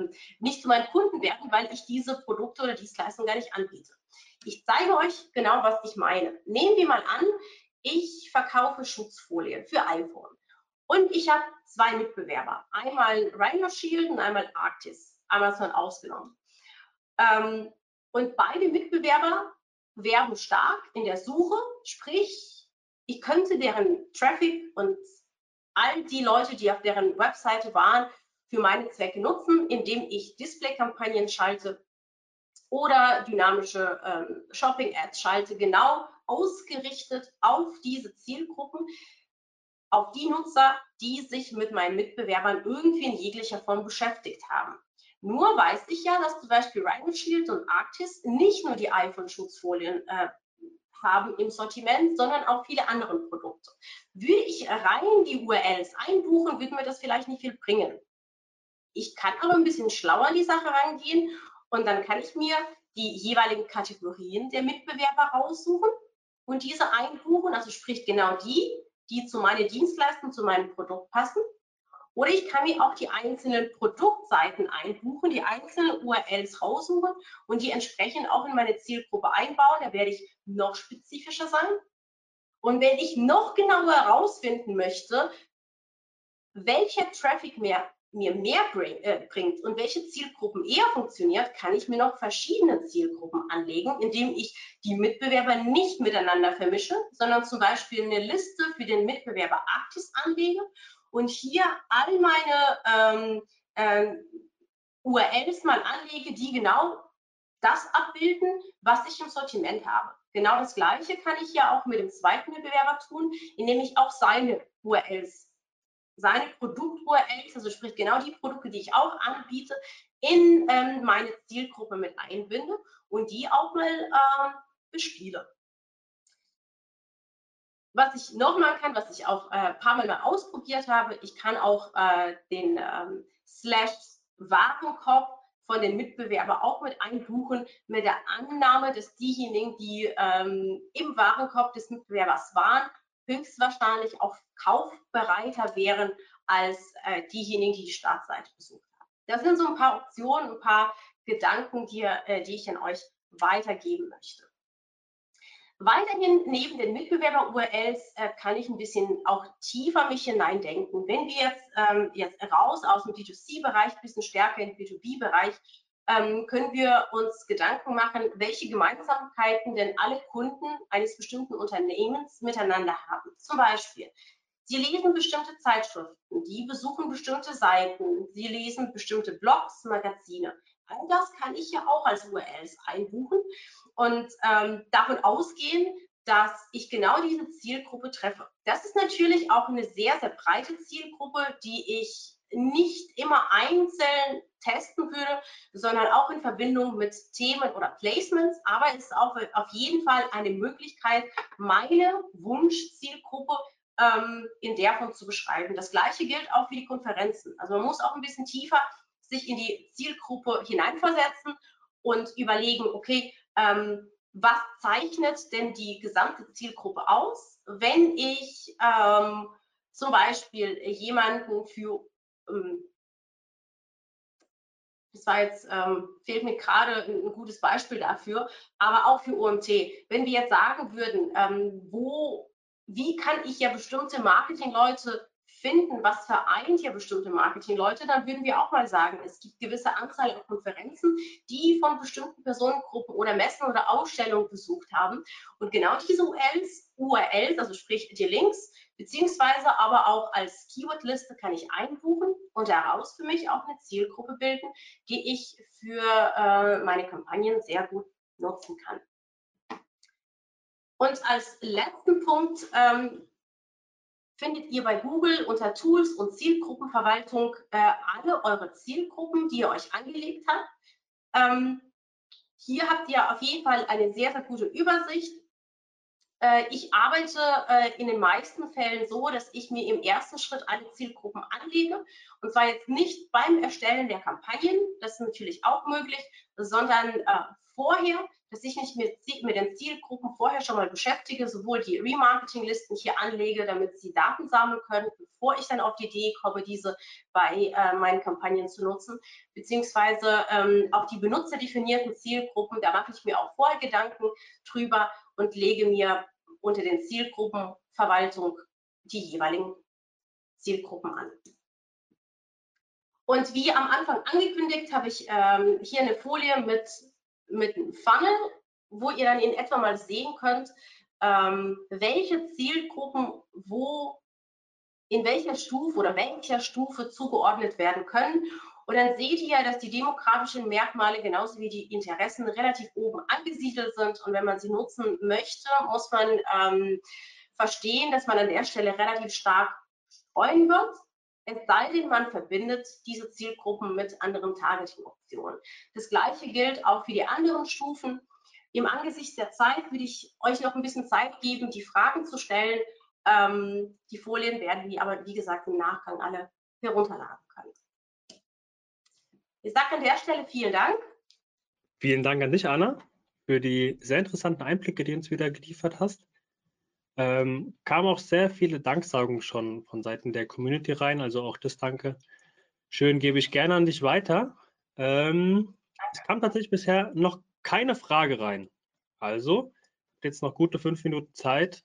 weil ich diese Produkte oder Dienstleistungen gar nicht anbiete. Ich zeige euch genau, was ich meine. Nehmen wir mal an, ich verkaufe Schutzfolien für iPhone und ich habe zwei Mitbewerber, einmal Rhino Shield und einmal Arctis, Amazon ausgenommen. Und beide Mitbewerber werben stark in der Suche, sprich, ich könnte deren Traffic und all die Leute, die auf deren Webseite waren, für meine Zwecke nutzen, indem ich Display-Kampagnen schalte oder dynamische Shopping-Ads schalte, genau ausgerichtet auf diese Zielgruppen, auf die Nutzer, die sich mit meinen Mitbewerbern irgendwie in jeglicher Form beschäftigt haben. Nur weiß ich ja, dass zum Beispiel Rhino Shield und Arctis nicht nur die iPhone-Schutzfolien haben im Sortiment, sondern auch viele andere Produkte. Würde ich rein die URLs einbuchen, würde mir das vielleicht nicht viel bringen. Ich kann aber ein bisschen schlauer an die Sache rangehen und dann kann ich mir die jeweiligen Kategorien der Mitbewerber raussuchen und diese einbuchen, also sprich genau die zu meiner Dienstleistung, zu meinem Produkt passen. Oder ich kann mir auch die einzelnen Produktseiten einbuchen, die einzelnen URLs raussuchen und die entsprechend auch in meine Zielgruppe einbauen. Da werde ich noch spezifischer sein. Und wenn ich noch genauer herausfinden möchte, welcher Traffic mir mehr bringt und welche Zielgruppen eher funktioniert, kann ich mir noch verschiedene Zielgruppen anlegen, indem ich die Mitbewerber nicht miteinander vermische, sondern zum Beispiel eine Liste für den Mitbewerber Arctis anlege und hier all meine URLs mal anlege, die genau das abbilden, was ich im Sortiment habe. Genau das Gleiche kann ich ja auch mit dem zweiten Mitbewerber tun, indem ich auch seine URLs, seine Produkt-URLs, also sprich genau die Produkte, die ich auch anbiete, in meine Zielgruppe mit einbinde und die auch mal bespiele. Was ich noch machen kann, was ich auch ein paar Mal ausprobiert habe, ich kann auch den /Warenkorb von den Mitbewerbern auch mit einbuchen, mit der Annahme, dass diejenigen, die im Warenkorb des Mitbewerbers waren, höchstwahrscheinlich auch kaufbereiter wären als diejenigen, die die Startseite besucht haben. Das sind so ein paar Optionen, ein paar Gedanken, die ich an euch weitergeben möchte. Weiterhin neben den Mitbewerber-URLs kann ich ein bisschen auch tiefer mich hineindenken. Wenn wir jetzt raus aus dem B2C-Bereich, ein bisschen stärker in den B2B-Bereich, können wir uns Gedanken machen, welche Gemeinsamkeiten denn alle Kunden eines bestimmten Unternehmens miteinander haben. Zum Beispiel, sie lesen bestimmte Zeitschriften, die besuchen bestimmte Seiten, sie lesen bestimmte Blogs, Magazine. All das kann ich ja auch als URLs einbuchen und davon ausgehen, dass ich genau diese Zielgruppe treffe. Das ist natürlich auch eine sehr, sehr breite Zielgruppe, die ich nicht immer einzeln testen würde, sondern auch in Verbindung mit Themen oder Placements. Aber es ist auch auf jeden Fall eine Möglichkeit, meine Wunschzielgruppe in der Form zu beschreiben. Das Gleiche gilt auch für die Konferenzen. Also man muss auch ein bisschen tiefer sich in die Zielgruppe hineinversetzen und überlegen, okay, was zeichnet denn die gesamte Zielgruppe aus, wenn ich zum Beispiel jemanden für, das war jetzt, fehlt mir gerade ein gutes Beispiel dafür, aber auch für OMT. Wenn wir jetzt sagen würden, wie kann ich ja bestimmte Marketingleute finden, was vereint ja bestimmte Marketingleute, dann würden wir auch mal sagen, es gibt gewisse Anzahl an Konferenzen, die von bestimmten Personengruppen oder Messen oder Ausstellungen besucht haben. Und genau diese URLs, also sprich die Links, beziehungsweise aber auch als Keywordliste kann ich einbuchen und daraus für mich auch eine Zielgruppe bilden, die ich für meine Kampagnen sehr gut nutzen kann. Und als letzten Punkt findet ihr bei Google unter Tools und Zielgruppenverwaltung alle eure Zielgruppen, die ihr euch angelegt habt. Hier habt ihr auf jeden Fall eine sehr, sehr gute Übersicht. Ich arbeite in den meisten Fällen so, dass ich mir im ersten Schritt alle Zielgruppen anlege. Und zwar jetzt nicht beim Erstellen der Kampagnen, das ist natürlich auch möglich, sondern vorher, dass ich mich mit den Zielgruppen vorher schon mal beschäftige, sowohl die Remarketing-Listen hier anlege, damit sie Daten sammeln können, bevor ich dann auf die Idee komme, diese bei meinen Kampagnen zu nutzen, beziehungsweise auch die benutzerdefinierten Zielgruppen, da mache ich mir auch vorher Gedanken drüber und lege mir unter den Zielgruppenverwaltung die jeweiligen Zielgruppen an. Und wie am Anfang angekündigt, habe ich hier eine Folie mit einem Funnel, wo ihr dann in etwa mal sehen könnt, welche Zielgruppen in welcher Stufe oder welcher Stufe zugeordnet werden können. Und dann seht ihr ja, dass die demografischen Merkmale genauso wie die Interessen relativ oben angesiedelt sind. Und wenn man sie nutzen möchte, muss man verstehen, dass man an der Stelle relativ stark streuen wird. Es sei denn, man verbindet diese Zielgruppen mit anderen Targeting-Optionen. Das Gleiche gilt auch für die anderen Stufen. Im Angesicht der Zeit würde ich euch noch ein bisschen Zeit geben, die Fragen zu stellen. Die Folien werden wir aber, wie gesagt, im Nachgang alle herunterladen können. Ich sage an der Stelle vielen Dank. Vielen Dank an dich, Anna, für die sehr interessanten Einblicke, die du uns wieder geliefert hast. Kamen auch sehr viele Danksagungen schon von Seiten der Community rein, also auch das Danke. Schön, gebe ich gerne an dich weiter. Es kam tatsächlich bisher noch keine Frage rein. Also, jetzt noch gute 5 Minuten Zeit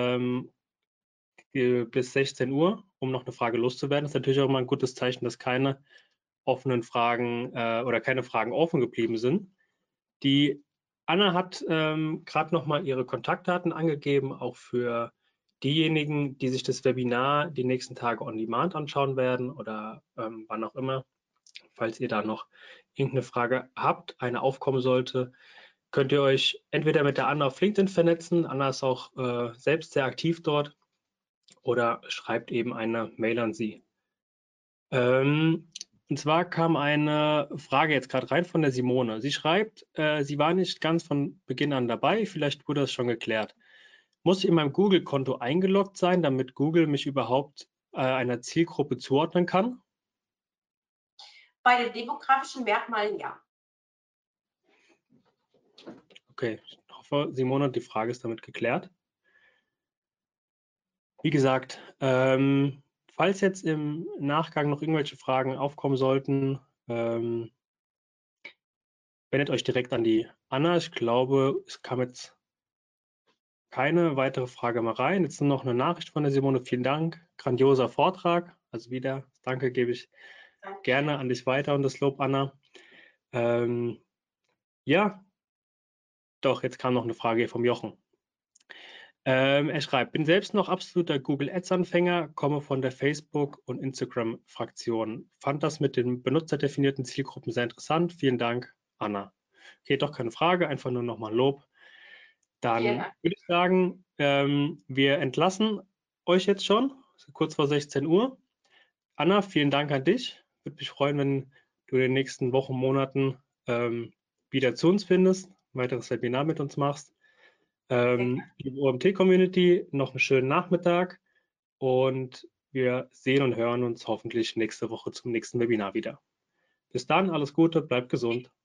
bis 16 Uhr, um noch eine Frage loszuwerden. Das ist natürlich auch immer ein gutes Zeichen, dass keine offenen Fragen oder keine Fragen offen geblieben sind. Die Anna hat gerade nochmal ihre Kontaktdaten angegeben, auch für diejenigen, die sich das Webinar die nächsten Tage on Demand anschauen werden oder wann auch immer. Falls ihr da noch irgendeine Frage habt, eine aufkommen sollte, könnt ihr euch entweder mit der Anna auf LinkedIn vernetzen. Anna ist auch selbst sehr aktiv dort, oder schreibt eben eine Mail an sie. Und zwar kam eine Frage jetzt gerade rein von der Simone. Sie schreibt, sie war nicht ganz von Beginn an dabei, vielleicht wurde das schon geklärt. Muss ich in meinem Google-Konto eingeloggt sein, damit Google mich überhaupt einer Zielgruppe zuordnen kann? Bei den demografischen Merkmalen ja. Okay, ich hoffe, Simone, die Frage ist damit geklärt. Wie gesagt, falls jetzt im Nachgang noch irgendwelche Fragen aufkommen sollten, wendet euch direkt an die Anna. Ich glaube, es kam jetzt keine weitere Frage mehr rein. Jetzt nur noch eine Nachricht von der Simone. Vielen Dank. Grandioser Vortrag. Also wieder, danke gebe ich gerne an dich weiter und das Lob, Anna. Ja, doch, jetzt kam noch eine Frage hier vom Jochen. Er schreibt, bin selbst noch absoluter Google Ads-Anfänger, komme von der Facebook- und Instagram-Fraktion. Fand das mit den benutzerdefinierten Zielgruppen sehr interessant. Vielen Dank, Anna. Okay, doch keine Frage, einfach nur nochmal Lob. Dann würde ich sagen, wir entlassen euch jetzt schon, kurz vor 16 Uhr. Anna, vielen Dank an dich. Würde mich freuen, wenn du in den nächsten Wochen, Monaten wieder zu uns findest, ein weiteres Webinar mit uns machst. Liebe OMT-Community, noch einen schönen Nachmittag und wir sehen und hören uns hoffentlich nächste Woche zum nächsten Webinar wieder. Bis dann, alles Gute, bleibt gesund.